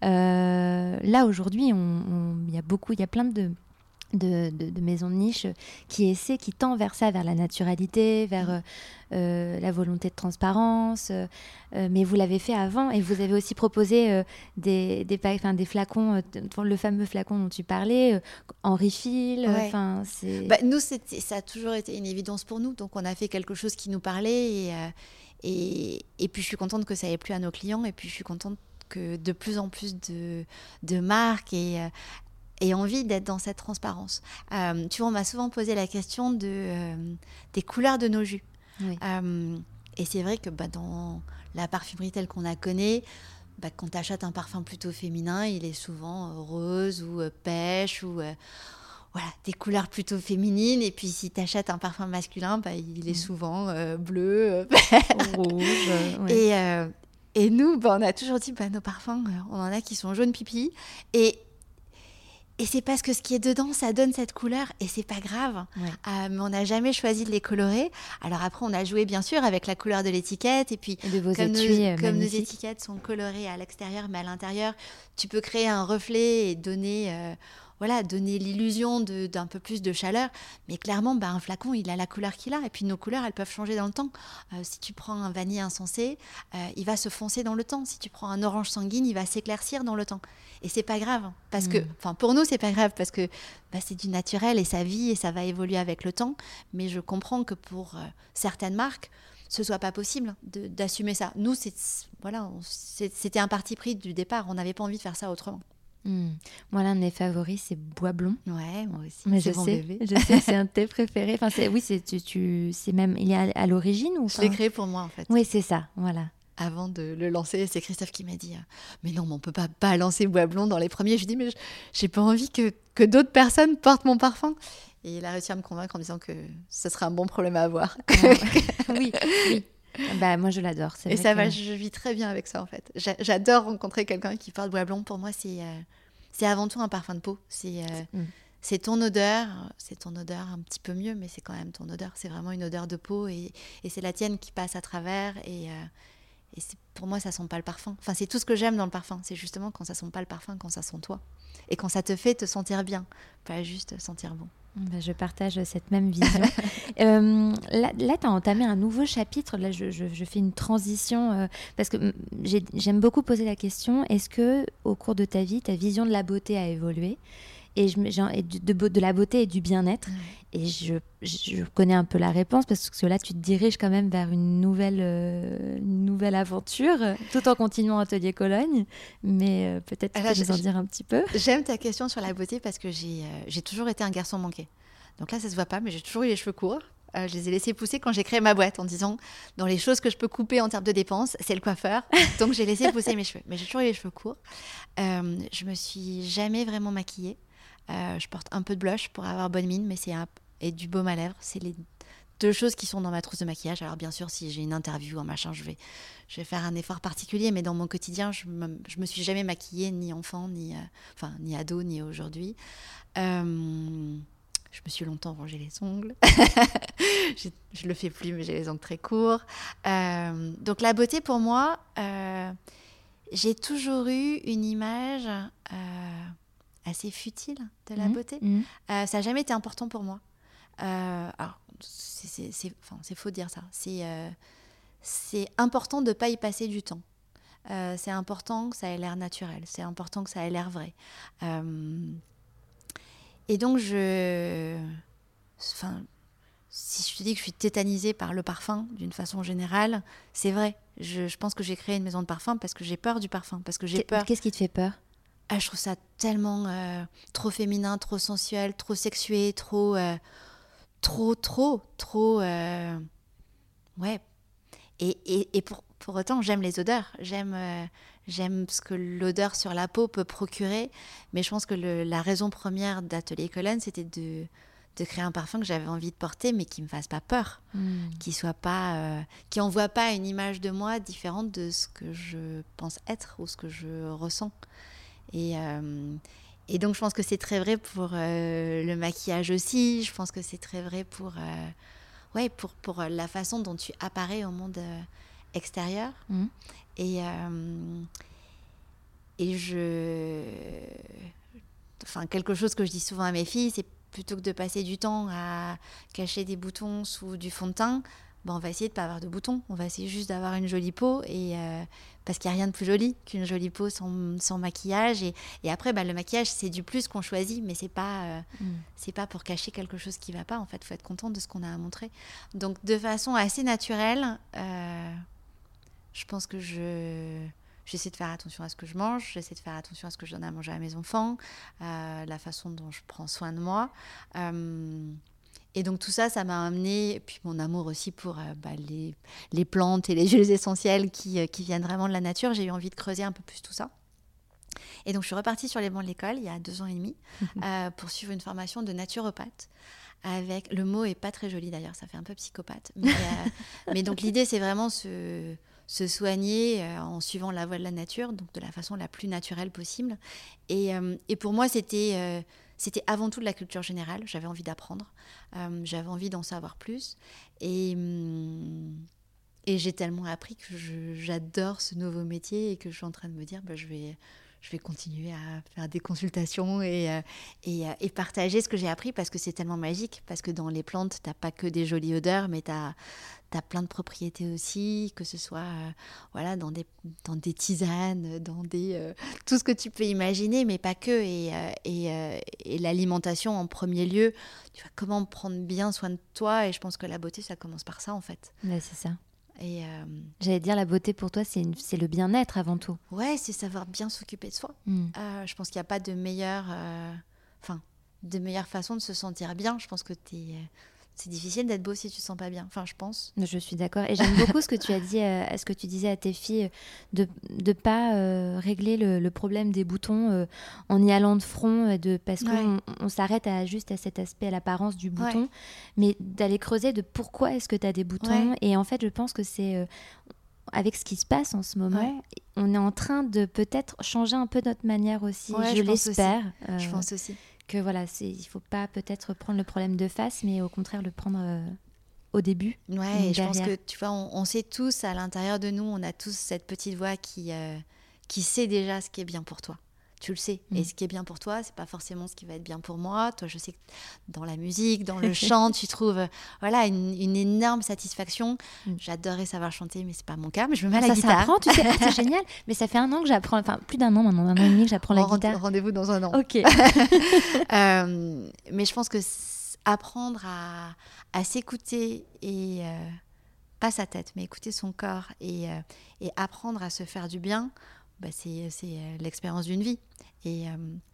Euh, là, aujourd'hui, il on, on, y a beaucoup, il y a plein de... De, de, de maisons de niche qui essaient, qui tendent vers ça, vers la naturalité, vers euh, euh, la volonté de transparence. Euh, mais vous l'avez fait avant et vous avez aussi proposé euh, des, des, enfin, des flacons, euh, le fameux flacon dont tu parlais, euh, en refill. Ouais. Euh, c'est... Bah, nous, c'était, ça a toujours été une évidence pour nous. Donc, on a fait quelque chose qui nous parlait. Et, euh, et, et puis, je suis contente que ça ait plu à nos clients. Et puis, je suis contente que de plus en plus de, de marques et... Euh, et envie d'être dans cette transparence. Euh, tu vois, on m'a souvent posé la question de, euh, des couleurs de nos jus. Oui. Euh, et c'est vrai que bah, dans la parfumerie telle qu'on la connaît, bah, quand tu achètes un parfum plutôt féminin, il est souvent euh, rose ou euh, pêche ou euh, voilà, des couleurs plutôt féminines. Et puis si tu achètes un parfum masculin, bah, il est souvent euh, bleu, rouge. Euh, ouais. Et... Euh, et nous, bah, on a toujours dit, bah, nos parfums, on en a qui sont jaune pipi. Et, et c'est parce que ce qui est dedans, ça donne cette couleur. Et c'est pas grave. Ouais. Euh, mais on n'a jamais choisi de les colorer. Alors après, on a joué, bien sûr, avec la couleur de l'étiquette. Et puis, Et de vos comme, étuis, nos, euh, comme nos magnifiques. étiquettes sont colorées à l'extérieur, mais à l'intérieur, tu peux créer un reflet et donner... Euh, Voilà, donner l'illusion de, d'un peu plus de chaleur. Mais clairement, bah, un flacon, il a la couleur qu'il a. Et puis, nos couleurs, elles peuvent changer dans le temps. Euh, si tu prends un vanille insensé, euh, il va se foncer dans le temps. Si tu prends un orange sanguine, il va s'éclaircir dans le temps. Et c'est pas grave. Parce Mmh. que, enfin, pour nous, c'est pas grave parce que bah, c'est du naturel et ça vit et ça va évoluer avec le temps. Mais je comprends que pour euh, certaines marques, ce soit pas possible de, d'assumer ça. Nous, c'est, voilà, on, c'est, c'était un parti pris du départ. On n'avait pas envie de faire ça autrement. Mmh. Moi, l'un de mes favoris, c'est Bois Blond. Ouais, moi aussi. Mais c'est je mon sais, bébé. je sais, c'est un de tes préférés. Enfin, c'est, oui, c'est, tu, tu, c'est même, il est à, à l'origine ou Je pas l'ai créé pour moi, en fait. Oui, c'est ça, voilà. Avant de le lancer, c'est Christophe qui m'a dit euh, mais non, mais on peut pas pas lancer Bois Blond dans les premiers. Je lui dis mais je, j'ai pas envie que, que d'autres personnes portent mon parfum. Et il a réussi à me convaincre en disant que ce serait un bon problème à avoir. Oui, oui. Bah, moi, je l'adore. C'est Et vrai ça que... va, je vis très bien avec ça en fait. J'a, j'adore rencontrer quelqu'un qui porte Bois Blond. Pour moi, c'est euh, c'est avant tout un parfum de peau. C'est euh, Mm. c'est ton odeur, c'est ton odeur un petit peu mieux, mais c'est quand même ton odeur. C'est vraiment une odeur de peau et, et c'est la tienne qui passe à travers et euh, Et c'est, pour moi, ça sent pas le parfum. Enfin, c'est tout ce que j'aime dans le parfum. C'est justement quand ça sent pas le parfum, quand ça sent toi. Et quand ça te fait te sentir bien, pas juste sentir bon. Ben, je partage cette même vision. euh, là, là tu as entamé un nouveau chapitre. Là, je, je, je fais une transition euh, parce que j'ai, j'aime beaucoup poser la question, est-ce que au cours de ta vie, ta vision de la beauté a évolué et, je, genre, et de, de, de la beauté et du bien-être. Mmh. Et je, je connais un peu la réponse parce que là, tu te diriges quand même vers une nouvelle, euh, une nouvelle aventure, tout en continuant Atelier Cologne. Mais euh, peut-être que tu peux nous en dire un petit peu. J'aime ta question sur la beauté parce que j'ai, euh, j'ai toujours été un garçon manqué. Donc là, ça se voit pas, mais j'ai toujours eu les cheveux courts. Euh, je les ai laissés pousser quand j'ai créé ma boîte en disant, dans les choses que je peux couper en termes de dépenses, c'est le coiffeur. Donc j'ai laissé pousser mes cheveux. Mais j'ai toujours eu les cheveux courts. Euh, je me suis jamais vraiment maquillée. Euh, je porte un peu de blush pour avoir bonne mine, mais c'est un... et du baume à lèvres. C'est les deux choses qui sont dans ma trousse de maquillage. Alors bien sûr, si j'ai une interview ou un machin, je vais, je vais faire un effort particulier, mais dans mon quotidien, je me, je me suis jamais maquillée, ni enfant, ni, euh, enfin, ni ado, ni aujourd'hui. Euh, je me suis longtemps rangé les ongles. je, je le fais plus, mais j'ai les ongles très courts. Euh, donc la beauté pour moi, euh, j'ai toujours eu une image... Euh, assez futile de la mmh, beauté. Mmh. Euh, ça n'a jamais été important pour moi. Euh, alors, c'est, c'est, c'est, enfin, c'est faux de dire ça. C'est, euh, c'est important de ne pas y passer du temps. Euh, c'est important que ça ait l'air naturel. C'est important que ça ait l'air vrai. Euh, et donc, je... Enfin, si je te dis que je suis tétanisée par le parfum, d'une façon générale, c'est vrai. Je, je pense que j'ai créé une maison de parfum parce que j'ai peur du parfum, parce que j'ai peur. Qu'est-ce qui te fait peur ? Ah, je trouve ça tellement euh, trop féminin, trop sensuel, trop sexué, trop, euh, trop, trop, trop, euh, ouais. Et, et, et pour, pour autant, j'aime les odeurs, j'aime, euh, j'aime ce que l'odeur sur la peau peut procurer, mais je pense que le, la raison première d'Atelier Cologne, c'était de, de créer un parfum que j'avais envie de porter, mais qui me fasse pas peur, mmh. qui soit pas, euh, qui envoie pas une image de moi différente de ce que je pense être ou ce que je ressens. Et, euh, et donc, je pense que c'est très vrai pour euh, le maquillage aussi. Je pense que c'est très vrai pour, euh, ouais, pour, pour la façon dont tu apparais au monde euh, extérieur. Mmh. Et, euh, et je... Enfin, quelque chose que je dis souvent à mes filles, c'est plutôt que de passer du temps à cacher des boutons sous du fond de teint, ben, on va essayer de ne pas avoir de boutons. On va essayer juste d'avoir une jolie peau et... Euh, parce qu'il n'y a rien de plus joli qu'une jolie peau sans, sans maquillage. Et, et après, bah, le maquillage, c'est du plus qu'on choisit, mais ce n'est pas, euh, mm. c'est pas pour cacher quelque chose qui ne va pas. En fait, il faut être content de ce qu'on a à montrer. Donc, de façon assez naturelle, euh, je pense que je, j'essaie de faire attention à ce que je mange, j'essaie de faire attention à ce que je donne à manger à mes enfants, euh, la façon dont je prends soin de moi. Euh, Et donc tout ça, ça m'a amené, et puis mon amour aussi pour euh, bah, les, les plantes et les huiles essentielles qui, euh, qui viennent vraiment de la nature. J'ai eu envie de creuser un peu plus tout ça. Et donc je suis repartie sur les bancs de l'école il y a deux ans et demi euh, pour suivre une formation de naturopathe. Avec, le mot est pas très joli d'ailleurs, ça fait un peu psychopathe. Mais, euh, mais donc l'idée, c'est vraiment ce, se soigner euh, en suivant la voie de la nature, donc de la façon la plus naturelle possible. Et, euh, et pour moi, c'était, euh, c'était avant tout de la culture générale. J'avais envie d'apprendre, euh, j'avais envie d'en savoir plus. Et, hum, et j'ai tellement appris que je, j'adore ce nouveau métier et que je suis en train de me dire, bah, je vais... je vais continuer à faire des consultations et, euh, et, euh, et partager ce que j'ai appris parce que c'est tellement magique. Parce que dans les plantes, tu n'as pas que des jolies odeurs, mais tu as plein de propriétés aussi, que ce soit euh, voilà, dans, des, dans des tisanes, dans des, euh, tout ce que tu peux imaginer, mais pas que. Et, euh, et, euh, et l'alimentation en premier lieu, tu vois, comment prendre bien soin de toi. Et je pense que la beauté, ça commence par ça, en fait. Ouais, c'est ça. Et euh, J'allais dire, la beauté pour toi, c'est, une, c'est le bien-être avant tout. Ouais, c'est savoir bien s'occuper de soi. Mm. Euh, je pense qu'il n'y a pas de meilleure, enfin, euh, de meilleure façon de se sentir bien. Je pense que t'es, euh, c'est difficile d'être beau si tu te sens pas bien. Enfin, je pense. Je suis d'accord. Et j'aime beaucoup ce que tu as dit, euh, ce que tu disais à tes filles, de ne pas euh, régler le, le problème des boutons euh, en y allant de front, de, parce Ouais. qu'on on s'arrête à, juste à cet aspect, à l'apparence du bouton, Ouais. mais d'aller creuser de pourquoi est-ce que tu as des boutons. Ouais. Et en fait, je pense que c'est... Euh, avec ce qui se passe en ce moment, Ouais. on est en train de peut-être changer un peu notre manière aussi, Ouais, je, je pense l'espère. Euh, Je pense aussi. que voilà, c'est, il ne faut pas peut-être prendre le problème de face, mais au contraire le prendre euh, au début. Ouais, et je pense derrière. que tu vois, on, on sait tous à l'intérieur de nous, on a tous cette petite voix qui, euh, qui sait déjà ce qui est bien pour toi. Tu le sais. Mm. Et ce qui est bien pour toi, c'est pas forcément ce qui va être bien pour moi. Toi, je sais que dans la musique, dans le chant, tu trouves euh, voilà, une, une énorme satisfaction. Mm. J'adorerais savoir chanter, mais c'est pas mon cas. Mais je me mets à la Ça guitare. s'apprend, tu sais, ah, c'est génial. Mais ça fait un an que j'apprends, enfin plus d'un an maintenant, un an et demi que j'apprends la On rend- guitare. Rendez-vous dans un an. Ok. Euh, mais je pense que c- apprendre à, à s'écouter et euh, pas sa tête, mais écouter son corps et, euh, et apprendre à se faire du bien, bah c'est, c'est euh, l'expérience d'une vie. Et, euh,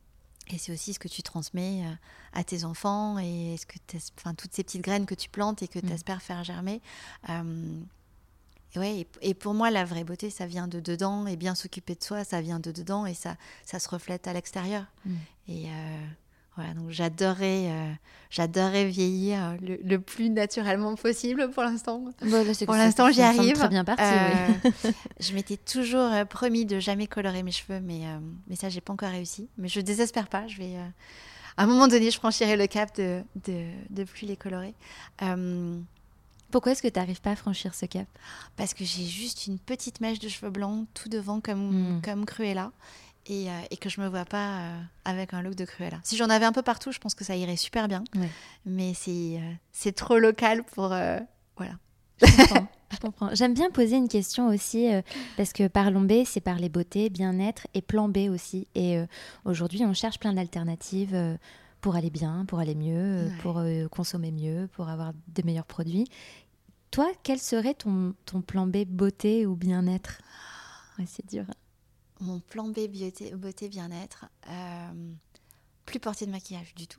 et c'est aussi ce que tu transmets euh, à tes enfants et ce que enfin, toutes ces petites graines que tu plantes et que tu espères faire germer. Euh, et, ouais, et, et pour moi, la vraie beauté, ça vient de dedans. Et bien s'occuper de soi, ça vient de dedans et ça, ça se reflète à l'extérieur. Mm. Et euh, voilà, donc j'adorerais, euh, j'adorerais vieillir le, le plus naturellement possible pour l'instant. Bon, là, c'est Pour que l'instant, ça- j'y ça me semble arrive. très bien parti. Euh, Oui. Je m'étais toujours euh, promis de jamais colorer mes cheveux, mais, euh, mais ça, j'ai pas encore réussi. Mais je désespère pas. Je vais, euh, à un moment donné, je franchirai le cap de de, de plus les colorer. Euh, Pourquoi est-ce que tu n'arrives pas à franchir ce cap? parce que j'ai juste une petite mèche de cheveux blancs tout devant comme, Mm. comme Cruella. Et, euh, et que je me vois pas euh, avec un look de Cruella. Si j'en avais un peu partout, je pense que ça irait super bien. Ouais. Mais c'est, euh, c'est trop local pour... euh, voilà. Je comprends, je comprends. J'aime bien poser une question aussi, euh, parce que Parlons B, c'est parler beauté, bien-être et plan B aussi. Et euh, aujourd'hui, on cherche plein d'alternatives euh, pour aller bien, pour aller mieux, euh, Ouais. pour euh, consommer mieux, pour avoir de meilleurs produits. Toi, quel serait ton, ton plan B beauté ou bien-être? Ouais, c'est dur. Mon plan B beauté, beauté bien-être, euh, plus porter de maquillage du tout.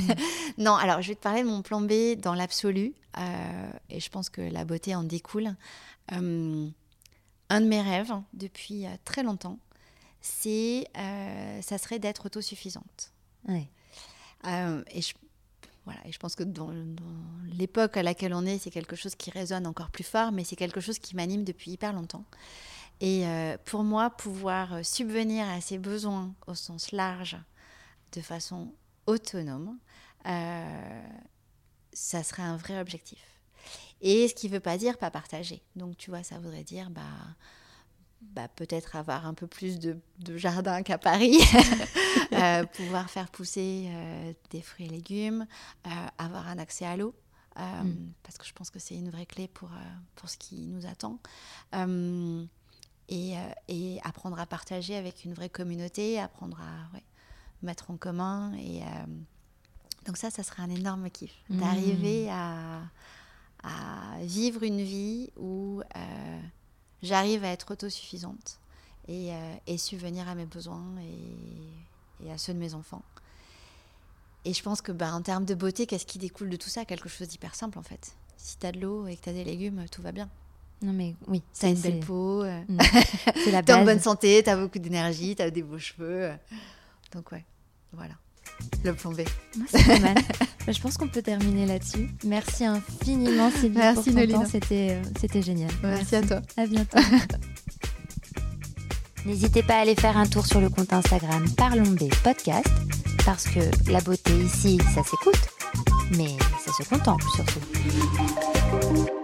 Non, alors je vais te parler de mon plan B dans l'absolu, euh, et je pense que la beauté en découle. Euh, un de mes rêves depuis euh, très longtemps, c'est, euh, ça serait d'être autosuffisante. Ouais. Euh, et, je, voilà, et je pense que dans, dans l'époque à laquelle on est, c'est quelque chose qui résonne encore plus fort, mais c'est quelque chose qui m'anime depuis hyper longtemps. Et euh, pour moi, pouvoir subvenir à ses besoins au sens large, de façon autonome, euh, ça serait un vrai objectif. Et ce qui ne veut pas dire pas partager. Donc, tu vois, ça voudrait dire bah, bah, peut-être avoir un peu plus de, de jardin qu'à Paris, euh, pouvoir faire pousser euh, des fruits et légumes, euh, avoir un accès à l'eau, euh, mm. parce que je pense que c'est une vraie clé pour, euh, pour ce qui nous attend. Euh, Et, euh, et apprendre à partager avec une vraie communauté, apprendre à ouais, mettre en commun. Et, euh, donc ça, ça serait un énorme kiff, mmh. d'arriver à, à vivre une vie où euh, j'arrive à être autosuffisante et, euh, et subvenir à mes besoins et, et à ceux de mes enfants. Et je pense que bah, en termes de beauté, qu'est-ce qui découle de tout ça? Quelque chose d'hyper simple en fait. Si tu as de l'eau et que tu as des légumes, tout va bien. Non mais oui, t'as une belle peau, euh... mmh. c'est la base. T'es en bonne santé, t'as beaucoup d'énergie, t'as des beaux cheveux, donc ouais, voilà. Le plan B. C'est pas mal. Je pense qu'on peut terminer là-dessus. Merci infiniment, Sylvie, Merci, pour ton Nolina. temps. C'était, euh, c'était génial. Merci, Merci à toi. À bientôt. N'hésitez pas à aller faire un tour sur le compte Instagram Parlons B Podcast, parce que la beauté ici, ça s'écoute, mais ça se contemple surtout.